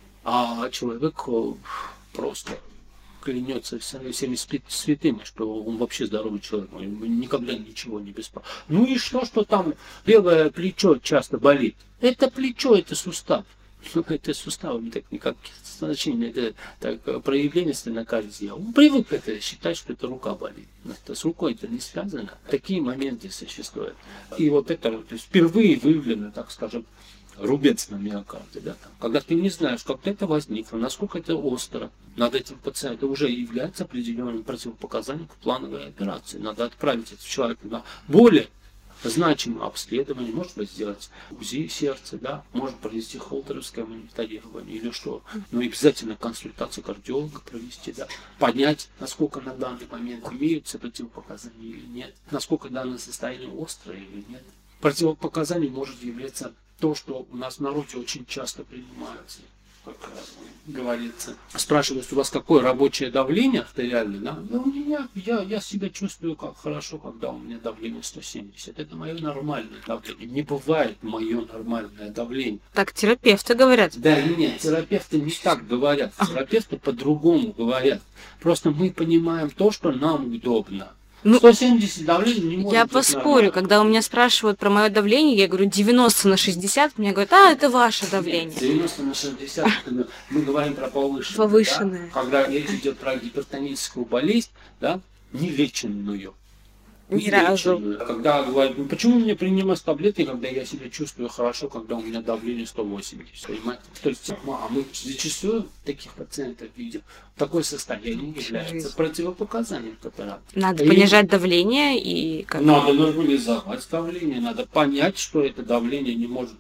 А человек просто клянется всеми святыми, что он вообще здоровый человек, никогда ничего не беспокоит. Ну и что, что там левое плечо часто болит? Это плечо, это сустав. Это суставами так никак значение, это так, проявление стенокардии. Он привык это считать, что это рука болит. Это с рукой это не связано. Такие моменты существуют. И вот это то есть, впервые выявлено, так скажем, рубец на миокарде, да, там, когда ты не знаешь, как это возникло, насколько это остро, над этим пациентом уже является определенным противопоказанием к плановой операции. Надо отправить этого человека на более значимое обследование, может быть, сделать УЗИ сердца, да, может провести холтеровское мониторирование или что, но обязательно консультацию кардиолога провести, да, понять, насколько на данный момент имеются противопоказания или нет, насколько данное состояние острое или нет. Противопоказанием может являться то, что у нас в народе очень часто принимается, как говорится. Спрашивают, у вас какое рабочее давление артериальное? Да? Да у меня, я, я себя чувствую как хорошо, когда у меня давление сто семьдесят. Это мое нормальное давление. Не бывает мое нормальное давление. Так терапевты говорят. Да, нет, терапевты не так говорят. Терапевты по-другому говорят. Просто мы понимаем то, что нам удобно. Ну, сто семьдесят давление не может я быть поспорю, нормально. когда у меня спрашивают про мое давление, я говорю девяносто на шестьдесят, мне говорят, а, это ваше давление. Нет, девяносто на шестьдесят, мы говорим про повышенное. Повышенное. Да? Когда речь идет про гипертоническую болезнь, да, нелеченную. Ни разу. Когда говорят, ну почему мне принимать таблетки, когда я себя чувствую хорошо, когда у меня давление сто восемьдесят, понимаете? То есть, а мы зачастую таких пациентов видим. Такое состояние является противопоказанием к операции. Надо и понижать давление и... Как... Надо нормализовать давление, надо понять, что это давление не может...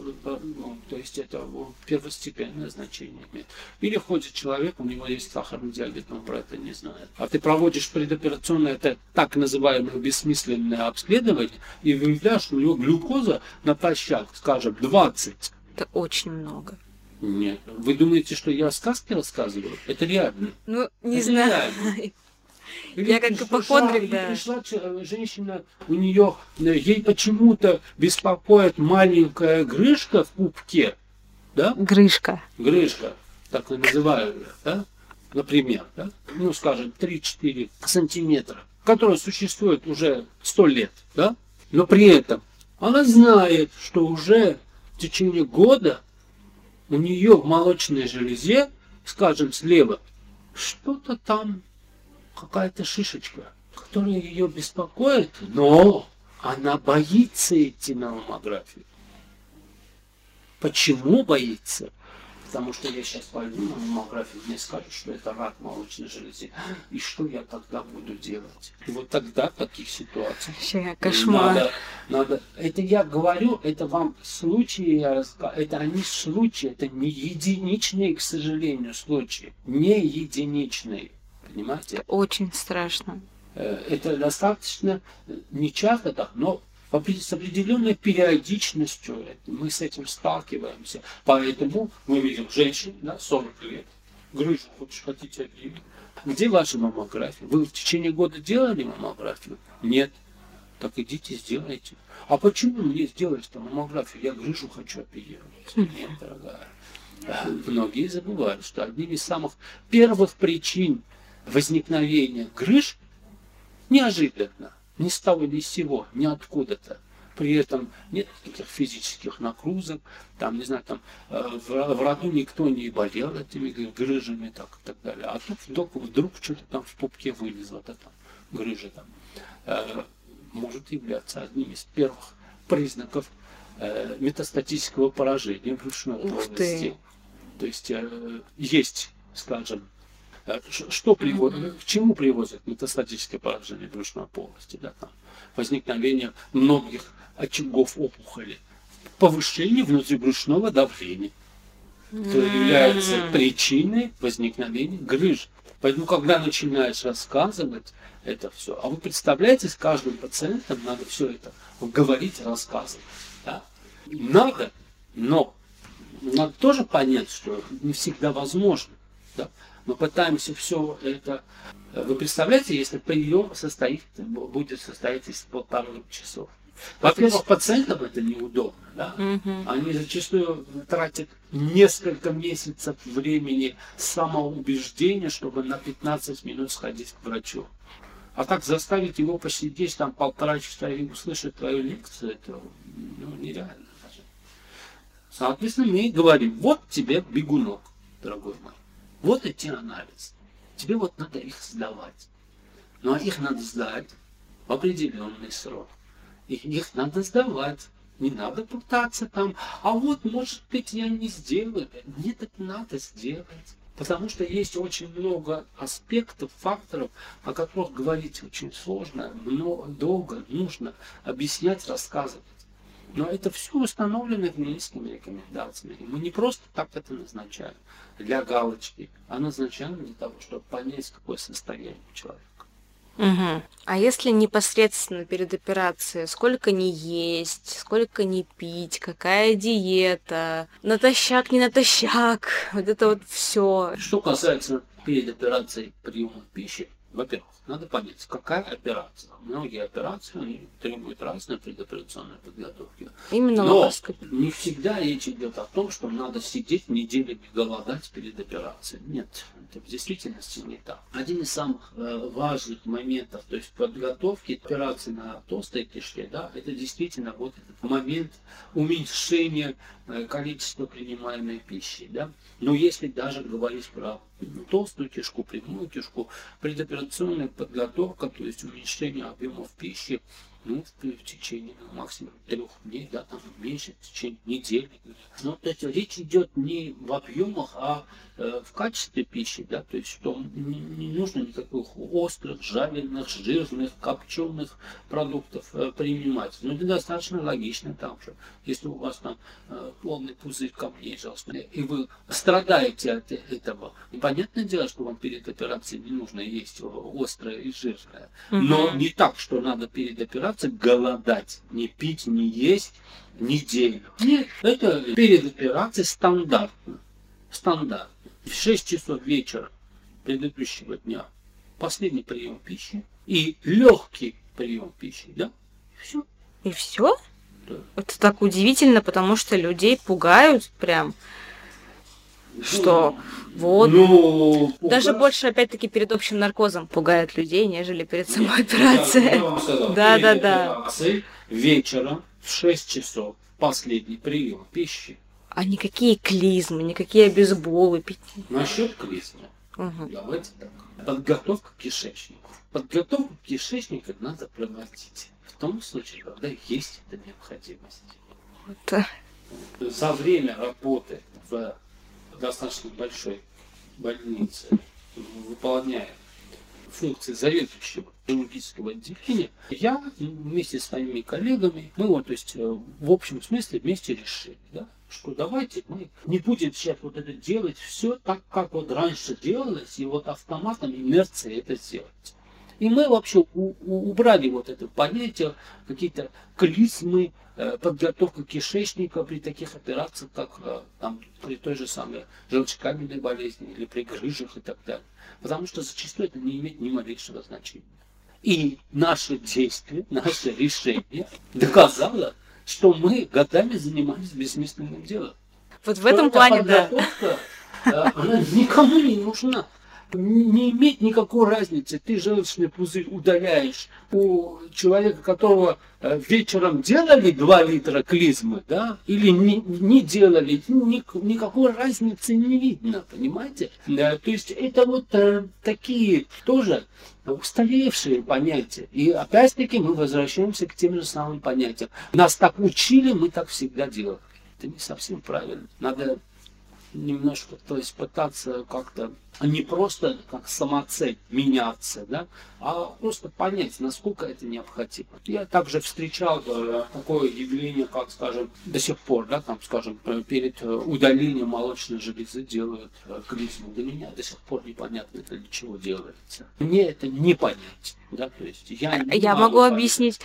Ну, то есть это первостепенное значение имеет. Или ходит человек, у него есть сахарный диабет, но он про это не знает. А ты проводишь предоперационное, это так называемое бессмысленное обследование, и выявляешь, что у него глюкоза натощак, скажем, двадцать. Это очень много. Нет. Вы думаете, что я сказки рассказываю? Это реально. Ну, не это знаю. Реально. Или Я как ипохондрик, да. Пришла женщина, у нее, ей почему-то беспокоит маленькая грыжка в пупке, да? Грыжка. Грыжка, так и называю ее, да? Например, да? Ну, скажем, три-четыре сантиметра, которая существует уже сто лет, да? Но при этом она знает, что уже в течение года у нее в молочной железе, скажем, слева, что-то там, какая-то шишечка, которая ее беспокоит, но она боится идти на маммографию. Почему боится? Потому что я сейчас пойду на маммографию, мне скажут, что это рак молочной железы. И что я тогда буду делать? И вот тогда в таких ситуациях Вообще кошмар. Надо, надо, это я говорю, это вам случаи, я рассказываю, это они случаи, это не единичные, к сожалению, случаи. Не единичные. Понимаете? Очень страшно. Это достаточно нечасто так, но в с определенной периодичностью мы с этим сталкиваемся. Поэтому мы видим женщин, да, сорок лет, грыжу, хочешь, хотите объявить. Где ваша маммография? Вы в течение года делали маммографию? Нет. Так идите, сделайте. А почему мне сделать-то маммографию? Я грыжу хочу оперировать. Нет, дорогая. Многие забывают, что одним из самых первых причин возникновения грыж неожиданно, ни с того ни с сего, ни откуда-то. При этом нет никаких физических нагрузок, там, не знаю, там, в, в роду никто не болел этими грыжами, так, и так далее. А тут вдруг, вдруг что-то там в пупке вылезло, да, там, грыжа там, э, может являться одним из первых признаков э, метастатического поражения брюшной полости. То есть э, есть, скажем, что приводит, к чему приводит метастатическое поражение брюшной полости? Да, там, возникновение многих очагов опухоли, повышение внутрибрюшного давления. Это является причиной возникновения грыж. Поэтому, когда начинаешь рассказывать это все, а вы представляете, с каждым пациентом надо все это говорить, рассказывать. Да? Надо, но надо тоже понять, что не всегда возможно. Да? Мы пытаемся все это... Вы представляете, если прием состоит, будет состоять из полторы часов. Во-первых, пациентам это неудобно. Да? Угу. Они зачастую тратят несколько месяцев времени самоубеждения, чтобы на пятнадцать минут сходить к врачу. А так заставить его посидеть там полтора часа и услышать твою лекцию, это ну, нереально. Соответственно, мы говорим, вот тебе бегунок, дорогой мой. Вот эти анализы. Тебе вот надо их сдавать. Ну а их надо сдать в определенный срок. Их, их надо сдавать. Не надо пытаться там, а вот может быть я не сделаю. Нет, это надо сделать. Потому что есть очень много аспектов, факторов, о которых говорить очень сложно, много, долго нужно объяснять, рассказывать. Но это все установлено клиническими рекомендациями. Мы не просто так это назначаем для галочки, а назначаем для того, чтобы понять, какое состояние у человека. Угу. А если непосредственно перед операцией, сколько не есть, сколько не пить, какая диета, натощак, не натощак, вот это вот все. Что касается перед операцией приема пищи, во-первых, надо понять, какая операция. Многие операции они требуют разной предоперационной подготовки. Именно Но лапароскопия. Не всегда речь идет о том, что надо сидеть неделями голодать перед операцией. Нет, это в действительности не так. Один из самых э, важных моментов, то есть подготовки операции на толстой кишке, да, это действительно вот этот момент уменьшения э, количества принимаемой пищи. Да. Но если даже говорить про толстую кишку, прямую кишку, предоперационная подготовка, то есть уменьшение объемов пищи, ну, в течение ну, максимум трех дней, да, там меньше, в течение недели. Но то есть речь идет не в объемах, а э, в качестве пищи, да, то есть что не, не нужно никаких острых, жареных, жирных, копченых продуктов э, принимать. Но это достаточно логично там же. Если у вас там э, полный пузырь камней, и вы страдаете от этого, и понятное дело, что вам перед операцией не нужно есть острое и жирное. Но не так, что надо перед операцией голодать, не пить, не есть неделю. Нет, это перед операцией стандартно. Стандартно. В шесть часов вечера предыдущего дня последний прием пищи и легкий прием пищи, да? И все. И все? Да. Это так удивительно, потому что людей пугают прям. Что вот ну, даже пугать. Больше опять-таки перед общим наркозом пугает людей, нежели перед самой операцией. Да, да, да. Вечером в шесть часов последний прием пищи. А никакие клизмы, никакие обезболы пить. Насчет клизмы. Угу. Давайте так. Подготовка к кишечнику. Подготовку к кишечнику надо проводить в том случае, когда есть эта необходимость. Это... За время работы в достаточно большой больнице, выполняя функции заведующего хирургического отделения, я вместе с своими коллегами, мы вот, то есть в общем смысле вместе решили, да, что давайте мы не будем сейчас вот это делать все так, как вот раньше делалось, и вот автоматом инерции это сделать. И мы вообще у, у, убрали вот это понятие, какие-то клизмы, э, подготовка кишечника при таких операциях, как э, там, при той же самой желчекаменной болезни или при грыжах и так далее. Потому что зачастую это не имеет ни малейшего значения. И наше действие, наше решение доказало, что мы годами занимались бессмысленным делом. Вот в этом плане, да. Она никому не нужна. Не имеет никакой разницы. Ты желчный пузырь удаляешь у человека, которого вечером делали два литра клизмы, да, или не, не делали, ни, никакой разницы не видно, понимаете? Да, то есть это вот э, такие тоже устаревшие понятия. И опять-таки мы возвращаемся к тем же самым понятиям. Нас так учили, мы так всегда делали. Это не совсем правильно. Надо немножко, то есть пытаться как-то не просто как самоцель меняться, да, а просто понять, насколько это необходимо. Я также встречал э, такое явление, как, скажем, до сих пор, да, там, скажем, перед удалением молочной железы делают э, клизму. Для меня до сих пор непонятно, это для чего делается. Мне это не понять, да, то есть я не Я могу могу понять. объяснить.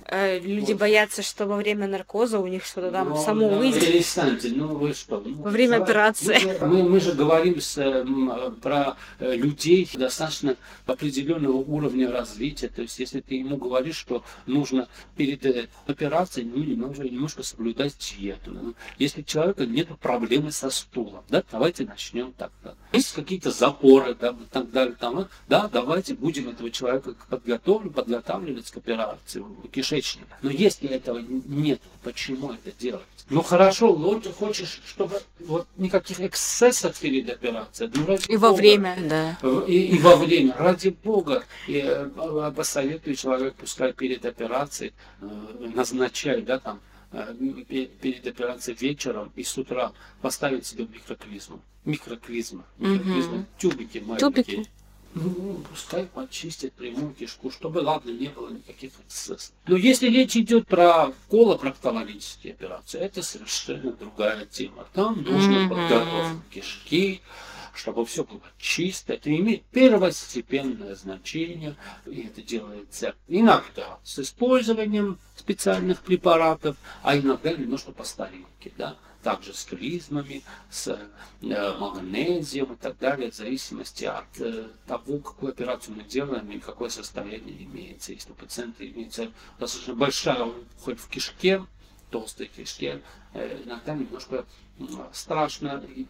Люди Вот. боятся, что во время наркоза у них что-то там Ну, само да, выйдет. перестаньте, ну вы что? Ну, Во время давай. операции. Мы, мы же говорим с, м, про э, людей достаточно определенного уровня развития. То есть, если ты ему говоришь, что нужно перед э, операцией ну, немножко, немножко соблюдать диету. Ну, если у человека нет проблемы со стулом, да, давайте начнем так. Да. Есть какие-то запоры, да, и так далее. Там, да, давайте будем этого человека подготовлю, подготавливать к операции кишечника. Но если этого нет, почему это делать? Ну хорошо, вот ты хочешь, чтобы вот никаких эксцессов перед операцией. Ну, ради И во Бога. время, да. И, и во время. Ради Бога. И, э, посоветую человеку, пускай перед операцией э, назначает, да, там, э, перед операцией вечером и с утра поставить себе микроклизму. Микроклизма. Микроклизма. Угу. Тюбики маленькие. Тюбики. Ну, пускай почистят прямую кишку, чтобы, ладно, не было никаких эксцессов. Но если речь идет про колопроктологические операции, это совершенно другая тема. Там нужно mm-hmm. подготовка кишки, чтобы все было чисто. Это имеет первостепенное значение. И это делается иногда с использованием специальных препаратов, а иногда немножко по старинке, да. Также с клизмами, с э, магнезием и так далее, в зависимости от э, того, какую операцию мы делаем и какое состояние имеется. Если у пациента имеется достаточно большая опухоль в кишке, толстой кишке, э, иногда немножко э, страшно и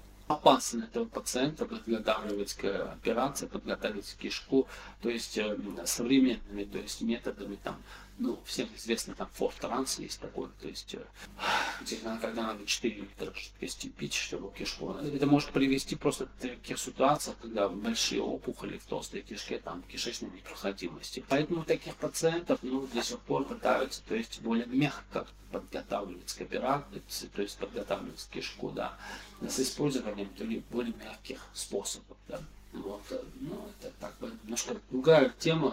опасно этого пациента подготавливать к операции, подготовить кишку, то есть э, современными, то есть методами там. Ну, всем известно, там, форт-транс есть такой, то есть, где, когда надо четыре литра жидкости пить, чтобы кишку. Это может привести просто к таких ситуациях, когда большие опухоли в толстой кишке, там, кишечной непроходимости. Поэтому таких пациентов, ну, до сих пор пытаются, то есть, более мягко подготавливать к операции, то есть, подготавливать кишку, да, с использованием более мягких способов, да. Вот, ну, это так бы немножко другая тема,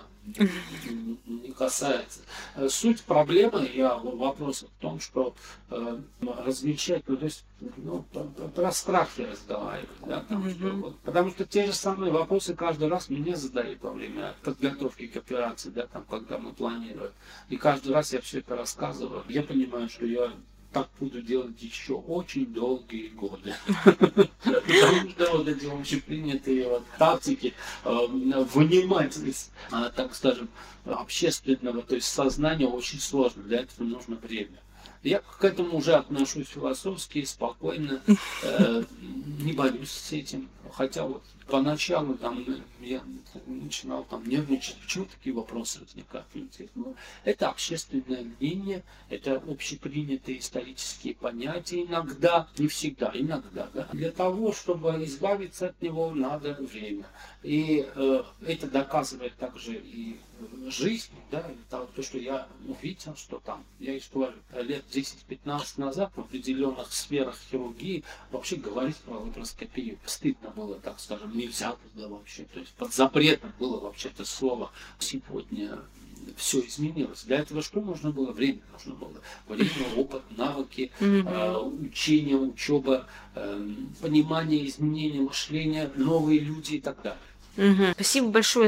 не касается. Суть проблемы, я вопрос в том, что э, различать, ну, то есть, ну, про страхи разговаривать, да, там, что, вот, потому что те же самые вопросы каждый раз мне задают во время подготовки к операции, да, там, когда мы планируем. И каждый раз я все это рассказываю. Я понимаю, что я так буду делать еще очень долгие годы. Потому что вот эти общепринятые вот тактики вынимать из, так скажем, общественного, то есть сознания очень сложно. Для этого нужно время. Я к этому уже отношусь философски, спокойно, э, не борюсь с этим. Хотя вот поначалу там я начинал там нервничать, почему такие вопросы возникают. Ну, это общественное мнение, это общепринятые исторические понятия иногда, не всегда, иногда. Да. Для того, чтобы избавиться от него, надо время. И э, это доказывает также и жизнь, да, то, что я увидел, что там, я еще говорю, лет десять-пятнадцать назад в определенных сферах хирургии вообще говорить про лапароскопию стыдно было, так скажем, нельзя было вообще, то есть под запретом было вообще это слово. Сегодня все изменилось. Для этого что нужно было? Время нужно было. Время, опыт, навыки, mm-hmm. э, учение, учеба, э, понимание, изменение мышления, новые люди и так далее. Mm-hmm. Спасибо большое за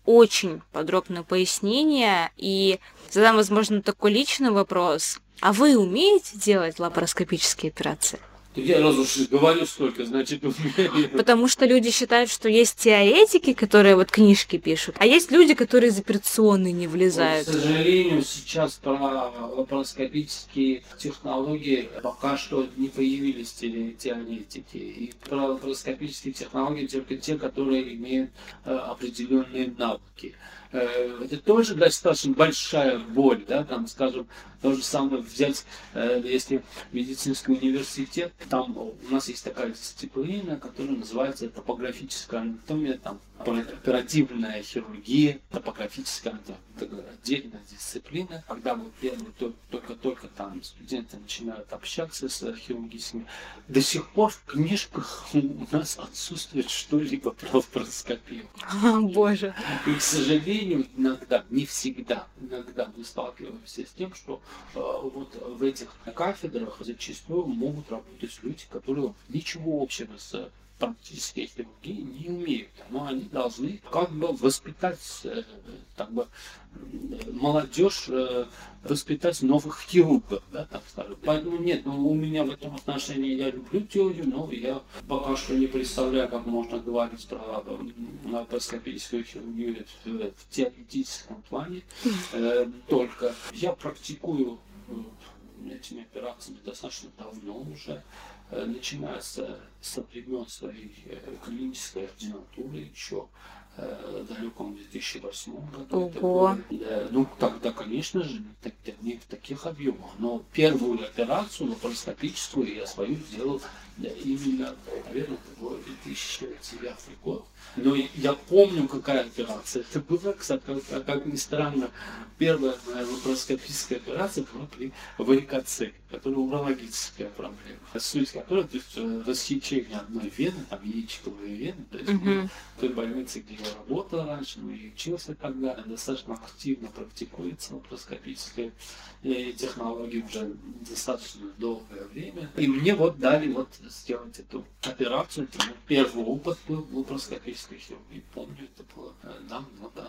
очень подробное пояснение. И задам, возможно, такой личный вопрос. А вы умеете делать лапароскопические операции? Я раз уж говорю столько, значит, умею. Потому что люди считают, что есть теоретики, которые вот книжки пишут, а есть люди, которые из операционной не влезают. Вот, к сожалению, сейчас про лапароскопические технологии пока что не появились теоретики. И про лапароскопические технологии только те, которые имеют э, определенные навыки. Э, это тоже достаточно большая боль, да, там, скажем, то же самое взять, э, если медицинский университет, там у нас есть такая дисциплина, которая называется топографическая анатомия, там оперативная хирургия, топографическая анатомия, это отдельная дисциплина, когда вот первые только-только там студенты начинают общаться с хирургическими, до сих пор в книжках у нас отсутствует что-либо про лапароскопию. О, боже. И, к сожалению, иногда, не всегда, иногда мы сталкиваемся с тем, что э, вот в этих кафедрах зачастую могут работать люди, которые ничего общего с практической хирургией не умеют. Но они должны как бы воспитать, э, как бы, молодежь, э, воспитать новых хирургов, да, так скажем. Поэтому нет, ну, у меня в этом отношении, я люблю теорию, но я пока что не представляю, как можно говорить про лапароскопическую хирургию в, в теоретическом плане. Э, только я практикую этими операциями достаточно давно уже, начиная с, со времен своей клинической ординатуры еще в далеком две тысячи восьмом году. Ого. Да, ну, тогда, конечно же, не в таких объемах, но первую операцию лапароскопическую я свою сделал да, именно, наверное, в две тысячи девятый год. Но я помню, какая операция это была, кстати, как, как ни странно, первая моя лапароскопическая операция была при варикоцеле, которая урологическая проблема, суть которой, то есть рассечение одной вены, там яичковые вены, то есть mm-hmm. в той больнице, где я работал раньше, ну и учился тогда, достаточно активно практикуется лапароскопическая технология уже достаточно долгое время. И мне вот дали вот сделать эту операцию, это первый опыт был лапароскопической хирургии, помню, это было давно, да,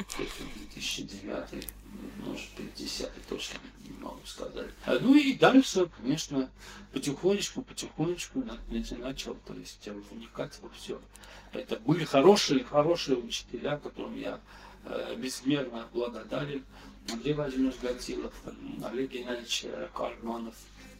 две тысячи девятый, может, пятидесятый, точно не могу сказать. Ну и дальше, конечно, потихонечку, потихонечку начал, то есть, вникать во все. Это были хорошие, хорошие учителя, которым я э, безмерно благодарен. Андрей Владимирович Гатилов, Олег Геннадьевич Кальманов.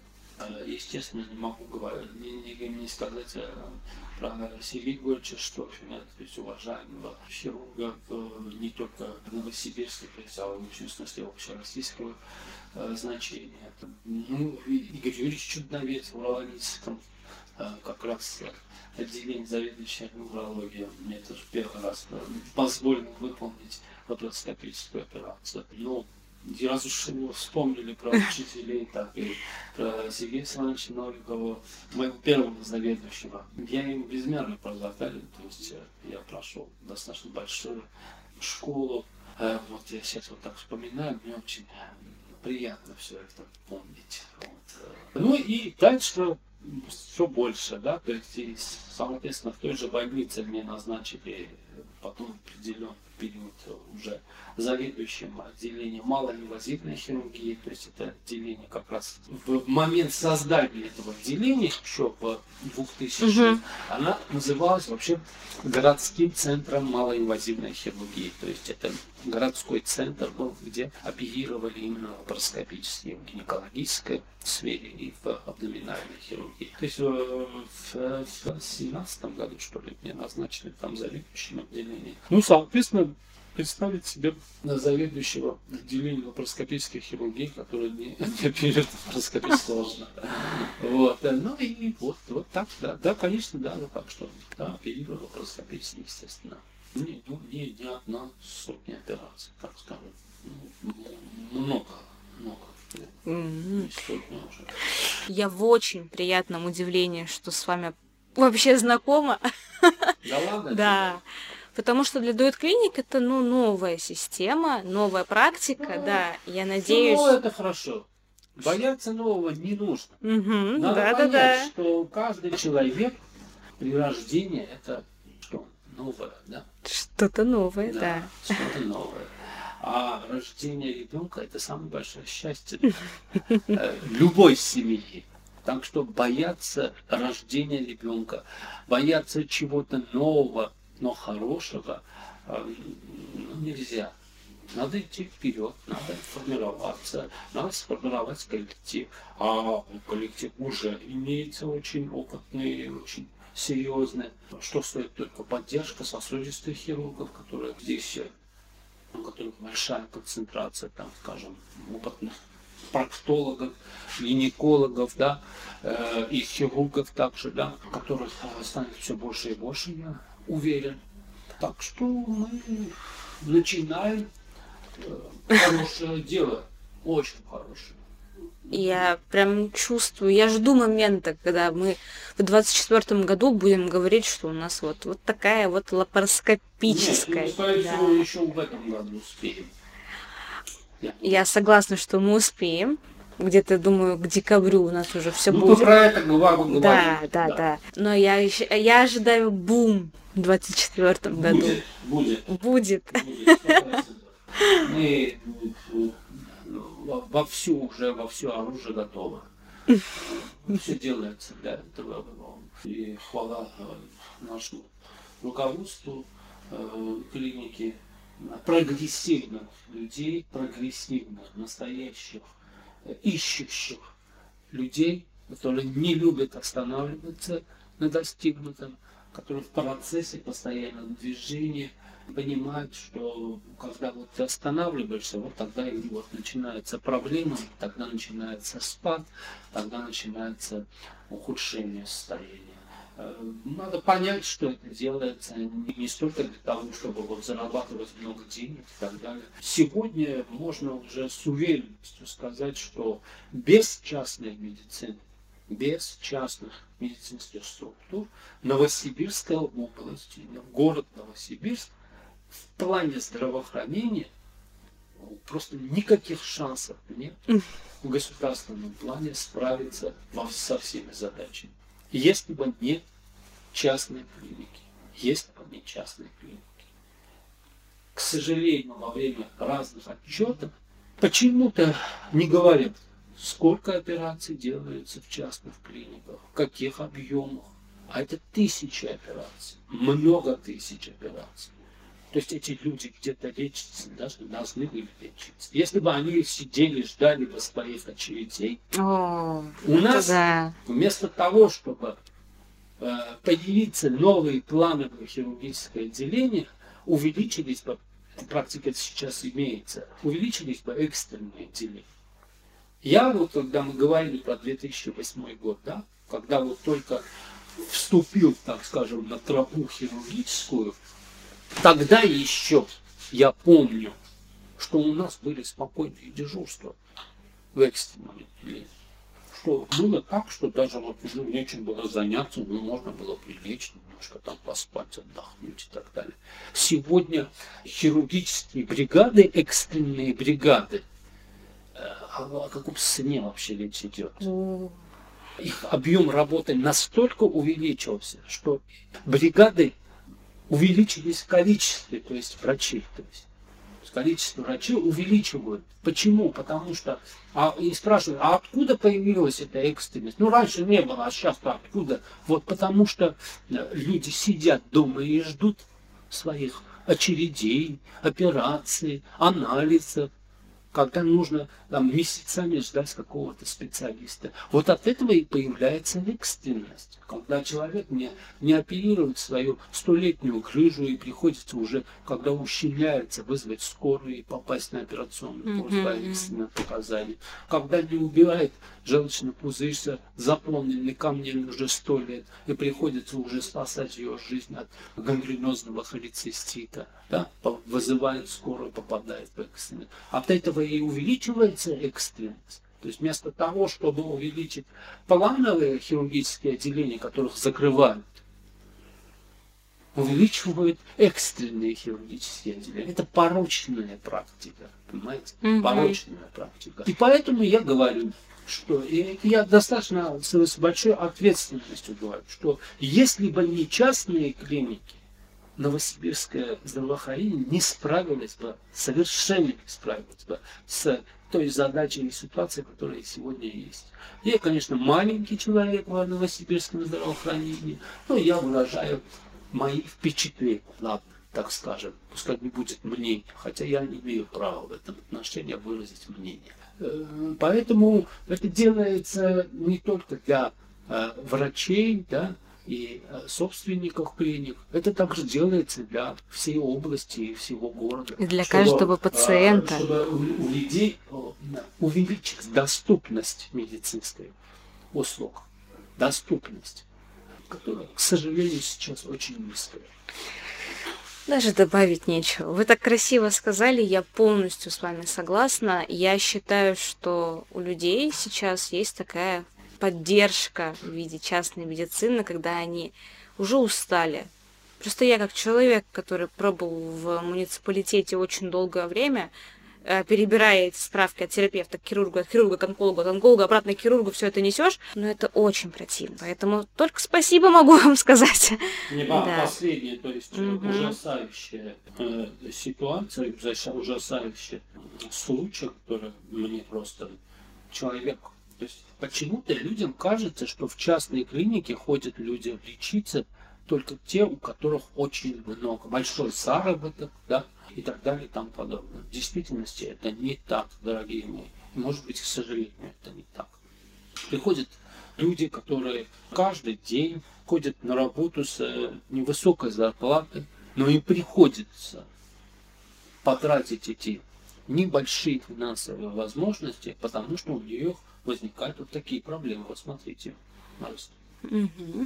Э, естественно, не могу говорить, не, не, не сказать э, про Сергея Григорьевича Штофина, то есть уважаемого хирурга э, не только в Новосибирске, то есть, а в смысле общероссийского э, значения. Ну, Игорь Юрьевич Чудновец в урологическом э, как раз отделение заведующей урологией. Мне тоже первый раз позволено выполнить лапароскопическую операцию. Но раз уж мы вспомнили про учителей, так и про Сергея Александровича Новикова, моего первого заведующего, я им безмерно благодарен. То есть я прошел достаточно большую школу. Вот я сейчас вот так вспоминаю, мне очень приятно все это помнить. Вот. Ну и дальше все больше, да, то есть, и, соответственно, в той же больнице мне назначили потом определенный период уже заведующим отделением малоинвазивной хирургии, то есть это отделение как раз в момент создания этого отделения, еще в двухтысячном, угу. она называлась вообще городским центром малоинвазивной хирургии, то есть это городской центр был, где оперировали именно лапароскопически в гинекологической сфере и в абдоминальной хирургии. То есть в семнадцатом году, что ли, мне назначили там заведующим отделением. Ну, соответственно, представить себе заведующего отделения лапароскопической хирургии, который не, не оперирует лапароскопию сложно. Вот. Ну и вот, вот так, да, да, конечно, да, ну так что, да, оперирую лапароскопически, естественно. Не, ну, не, не одна сотня операций, так скажем. Ну, много, много. Mm-hmm. Я в очень приятном удивлении, что с вами вообще знакома. Да ладно? Да. Потому что для Дуэт Клиник это, ну, новая система, новая практика, ну, да, я надеюсь... Ну, это хорошо. Бояться нового не нужно. Угу, Надо да, понять, да, да. что каждый человек при рождении это что? новое, да? Что-то новое, да. Да, что-то новое. А рождение ребенка это самое большое счастье любой семьи. Так что бояться рождения ребенка, бояться чего-то нового, но хорошего ну, нельзя. Надо идти вперед, надо формироваться, надо сформировать коллектив. А коллектив уже имеется очень опытный, очень серьезный. Что стоит только поддержка сосудистых хирургов, которые здесь, у которых большая концентрация, там, скажем, опытных проктологов, гинекологов, да, э, и хирургов также, да, которых станет все больше и больше, я уверен. Так что мы начинаем э, хорошее дело, очень хорошее. Я прям чувствую, я жду момента, когда мы в двадцать четвёртом году будем говорить, что у нас вот, вот такая вот лапароскопическая. Нет, мы, скорее да. всего, еще в этом году успеем. Я, я согласна, что мы успеем. Где-то, думаю, к декабрю у нас уже все ну, будет. Ну, про это говорим. Да, да, да, да. Но я, еще, я ожидаю бум в двадцать четвёртом году. Будет, будет. Будет. Будет. Мы вовсю уже, во все оружие готово. Все делается для этого. И хвала нашему руководству клиники, прогрессивных людей, прогрессивных, настоящих, ищущих людей, которые не любят останавливаться на достигнутом, которые в процессе постоянного движения понимают, что когда вот ты останавливаешься, вот тогда и вот начинаются проблемы, тогда начинается спад, тогда начинается ухудшение состояния. Надо понять, что это делается не столько для того, чтобы вот зарабатывать много денег и так далее. Сегодня можно уже с уверенностью сказать, что без частной медицины, без частных медицинских структур Новосибирская область, город Новосибирск в плане здравоохранения просто никаких шансов нет в государственном плане справиться со всеми задачами. Если бы не частные клиники, если бы не частные клиники. К сожалению, во время разных отчетов почему-то не говорят, сколько операций делается в частных клиниках, в каких объемах. А это тысячи операций, много тысяч операций. То есть эти люди где-то лечатся, даже должны были лечиться. Если бы они сидели, ждали бы своих очередей, О, у нас да. вместо того, чтобы э, появиться новые плановые хирургические отделения, увеличились бы, практика сейчас имеется, увеличились бы экстренные отделения. Я вот, когда мы говорили про две тысячи восьмой год, да, когда вот только вступил, так скажем, на тропу хирургическую, тогда еще я помню, что у нас были спокойные дежурства в экстренном отделении. Что было так, что даже вот уже нечем было заняться, ну, можно было прилечь, немножко там поспать, отдохнуть и так далее. Сегодня хирургические бригады, экстренные бригады, о каком сне вообще речь идет? Их объем работы настолько увеличился, что бригады увеличились в количестве, то есть врачей. То есть количество врачей увеличивают. Почему? Потому что, а, и спрашивают, а откуда появилась эта экстренность? Ну, раньше не было, а сейчас-то откуда? Вот потому что люди сидят дома и ждут своих очередей, операций, анализов, когда нужно там, месяцами ждать какого-то специалиста. Вот от этого и появляется экстренность. Когда человек не, не оперирует свою столетнюю грыжу и приходится уже, когда ущемляется, вызвать скорую и попасть на операционную mm-hmm. по экстренным показаниям. Когда не убирает желчный пузырь, заполненный камнями уже сто лет, и приходится уже спасать ее жизнь от гангренозного холецистита. Да? Вызывает скорую, попадает в экстренность. От этого и увеличивается экстренность. То есть вместо того, чтобы увеличить плановые хирургические отделения, которых закрывают, увеличивают экстренные хирургические отделения. Это порочная практика, понимаете? Mm-hmm. Порочная практика. И поэтому я говорю, что и я достаточно с большой ответственностью говорю, что если бы не частные клиники, новосибирское здравоохранение не справилось бы, совершенно не справилось бы с той задачей и ситуацией, которая сегодня есть. Я, конечно, маленький человек в новосибирском здравоохранении, но я выражаю мои впечатления, ладно, так скажем, пускай не будет мнения, хотя я не имею права в этом отношении выразить мнение. Поэтому это делается не только для э, врачей, да, и собственников клиник. Это также делается для всей области и всего города. И для чтобы, каждого пациента. Чтобы у людей увеличить доступность медицинской услуг. Доступность, которая, к сожалению, сейчас очень низкая. Даже добавить нечего. Вы так красиво сказали, я полностью с вами согласна. Я считаю, что у людей сейчас есть такая поддержка в виде частной медицины, когда они уже устали. Просто я как человек, который пробыл в муниципалитете очень долгое время, перебирая эти справки от терапевта к хирургу, от хирурга к онкологу, от онколога обратно к хирургу, все это несешь, но это очень противно. Поэтому только спасибо могу вам сказать. Не да. Последняя, то есть угу. ужасающая э, ситуация, ужасающий случай, который мне просто человек. То есть почему-то людям кажется, что в частные клиники ходят люди лечиться только те, у которых очень много, большой заработок, да, и так далее и тому подобное. В действительности это не так, дорогие мои. Может быть, к сожалению, это не так. Приходят люди, которые каждый день ходят на работу с невысокой зарплатой, но им приходится потратить эти небольшие финансовые возможности, потому что у нее возникают вот такие проблемы. Вот смотрите, Марис. Угу.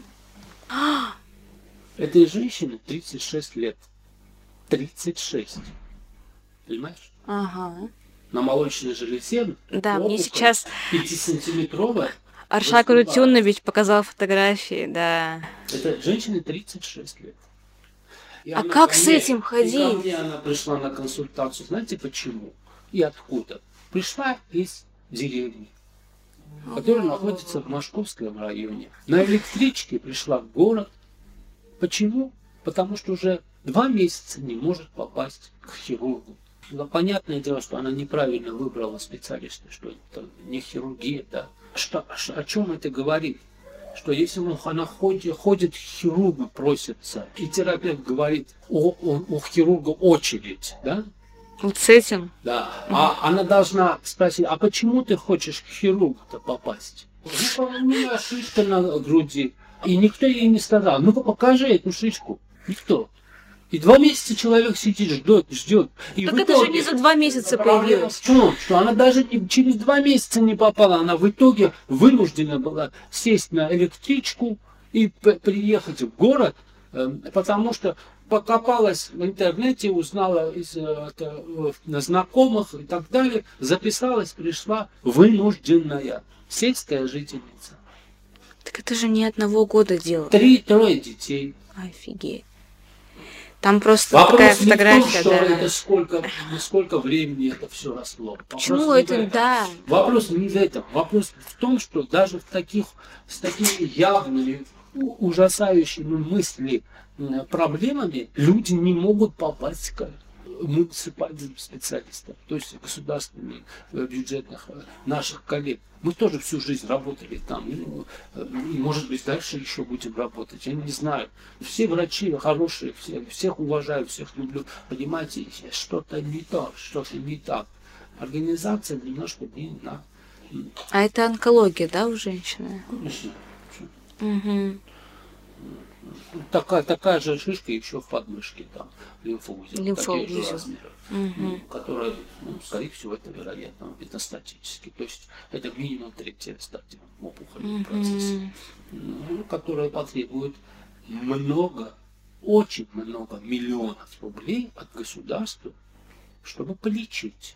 Этой женщине тридцать шесть лет. тридцать шесть. Понимаешь? Ага. На молочной железе. Да, мне сейчас пятисантиметровая. Аршак Рутюнович показал фотографии, да. Это женщине тридцать шесть лет. И а как с мне, этим ходить? И ко мне она пришла на консультацию. Знаете почему? И откуда? Пришла из деревни, которая находится в Московском районе. На электричке пришла в город. Почему? Потому что уже два месяца не может попасть к хирургу. Но понятное дело, что она неправильно выбрала специалиста, что это не хирургия, да. Что, о чем это говорит? Что если она ходит, ходит к хирургу, просится, и терапевт говорит, о, о, у хирурга очередь, да? Вот с этим? Да. А она должна спросить, а почему ты хочешь к хирургу-то попасть? Ну, у меня шишка на груди. И никто ей не сказал, ну-ка покажи эту шишку. Никто. И два месяца человек сидит, ждет, ждет. И так это итоге, же не за два месяца появилось. В чем? Что она даже не, через два месяца не попала. Она в итоге вынуждена была сесть на электричку и приехать в город, э, потому что покопалась в интернете, узнала из это, знакомых и так далее, записалась, пришла вынужденная сельская жительница. Так это же не одного года дело. Три-трое детей. Офигеть. Там просто вопрос такая фотография, не в том, что да. это сколько, сколько времени это все росло. Почему это, да? Вопрос не в этом. Вопрос в том, что даже в таких, с такими явными, ужасающими мыслями, проблемами люди не могут попасть к муниципальным специалистам, то есть государственных бюджетных наших коллег. Мы тоже всю жизнь работали там, и, может быть, дальше еще будем работать, я не знаю. Все врачи хорошие, все, всех уважаю, всех люблю. Понимаете, что-то не то, что-то не так. Организация немножко не на... А это онкология, да, у женщины? Конечно. Угу. Такая, такая же шишка еще в подмышке, там, лимфоузел, лимфоузел. такие же размеры, угу. которые, ну, скорее всего, это вероятно метастатически, то есть это минимум третья стадия опухолевого угу. процесса, ну, которая потребует много, очень много миллионов рублей от государства, чтобы полечить.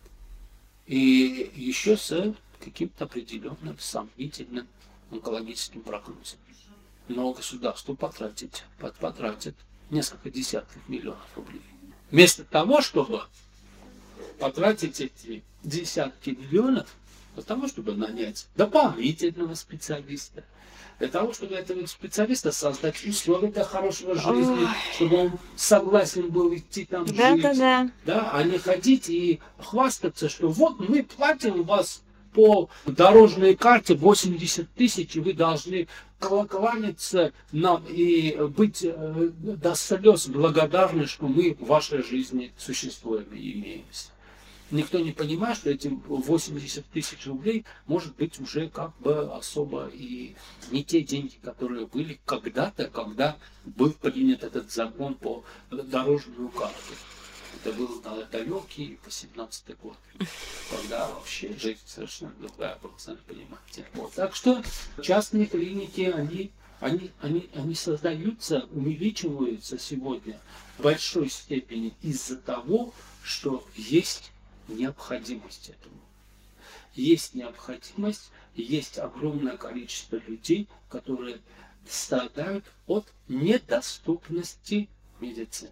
И еще с каким-то определенным сомнительным онкологическим прогнозом. Но государство потратит, потратит несколько десятков миллионов рублей. Вместо того, чтобы потратить эти десятки миллионов для того, чтобы нанять дополнительного специалиста, для того, чтобы этого специалиста создать условия для хорошего жизни, Ой. чтобы он согласен был идти там Да, жить, да, да. да, а не ходить и хвастаться, что вот мы платим вас по дорожной карте восемьдесят тысяч, и вы должны кла- кланяться нам и быть э, до слез благодарны, что мы в вашей жизни существуем и имеемся. Никто не понимает, что эти восемьдесят тысяч рублей может быть уже как бы особо и не те деньги, которые были когда-то, когда был принят этот закон по дорожную карту. Это был далекий восемнадцатый год, когда вообще жизнь совершенно другая была, сами понимаете. Вот. Так что частные клиники, они, они, они, они создаются, увеличиваются сегодня в большой степени из-за того, что есть необходимость этому. Есть необходимость, есть огромное количество людей, которые страдают от недоступности медицины.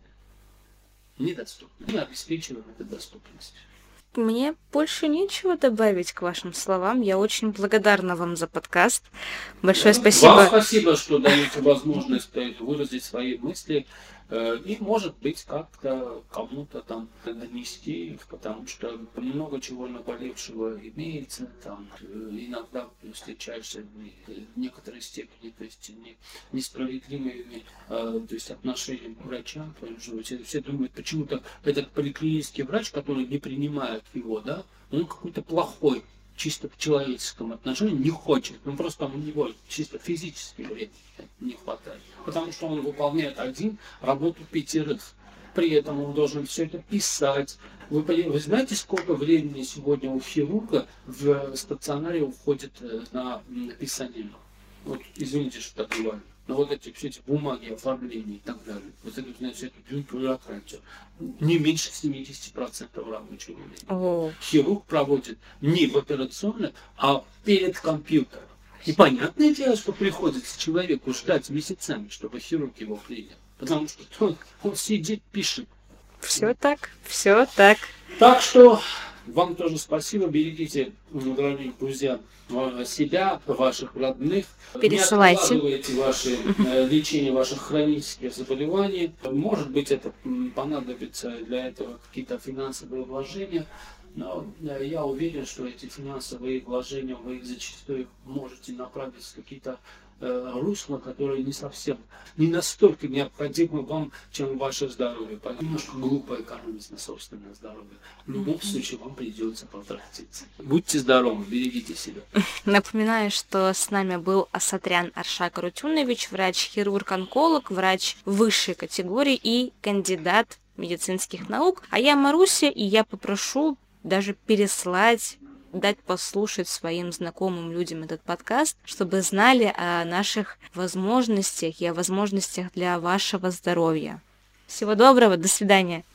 Недоступно. Мы обеспечиваем эту доступность. Мне больше нечего добавить к вашим словам. Я очень благодарна вам за подкаст. Большое Да. спасибо. Вам спасибо, что даете возможность э, выразить свои мысли э, и, может быть, как-то кому-то там донести их, потому что много чего наболевшего имеется, там э, иногда встречаешься в некоторой степени, то есть не, несправедливыми э, то есть отношения к врачам, потому что все, все думают, почему-то этот поликлинический врач, который не принимает его, да, он какой-то плохой. Чисто в человеческом отношении не хочет. Ну просто у него чисто физически времени не хватает. Потому что он выполняет один работу пятерых. При этом он должен все это писать. Вы, вы знаете, сколько времени сегодня у хирурга в стационаре уходит на написание? Вот извините, что так говорю. Но вот эти все эти бумаги, оформления и так далее. Вот это, значит, эту бюрократию. Не меньше семьдесят процентов рабочего времени. О, Хирург проводит не в операционной, а перед компьютером. И понятное дело, что приходится человеку ждать месяцами, чтобы хирург его принял. Потому что он, он сидит, пишет. все так, все так. Так что вам тоже спасибо. Берегите, дорогие друзья, себя, ваших родных. Пересылайте. Не откладывайте ваше э, лечение ваших хронических заболеваний. Может быть, это м, понадобится для этого какие-то финансовые вложения. Но э, я уверен, что эти финансовые вложения вы зачастую можете направить в какие-то э, русла, которые не совсем, не настолько необходимы вам, чем ваше здоровье. Поэтому немножко глупо экономить на собственное здоровье. В любом случае вам придется потратиться. Будьте здоровы, берегите себя. Напоминаю, что с нами был Асатрян Аршак Арутюнович, врач-хирург-онколог, врач высшей категории и кандидат медицинских наук. А я Маруся, и я попрошу даже переслать, дать послушать своим знакомым людям этот подкаст, чтобы знали о наших возможностях и о возможностях для вашего здоровья. Всего доброго, до свидания.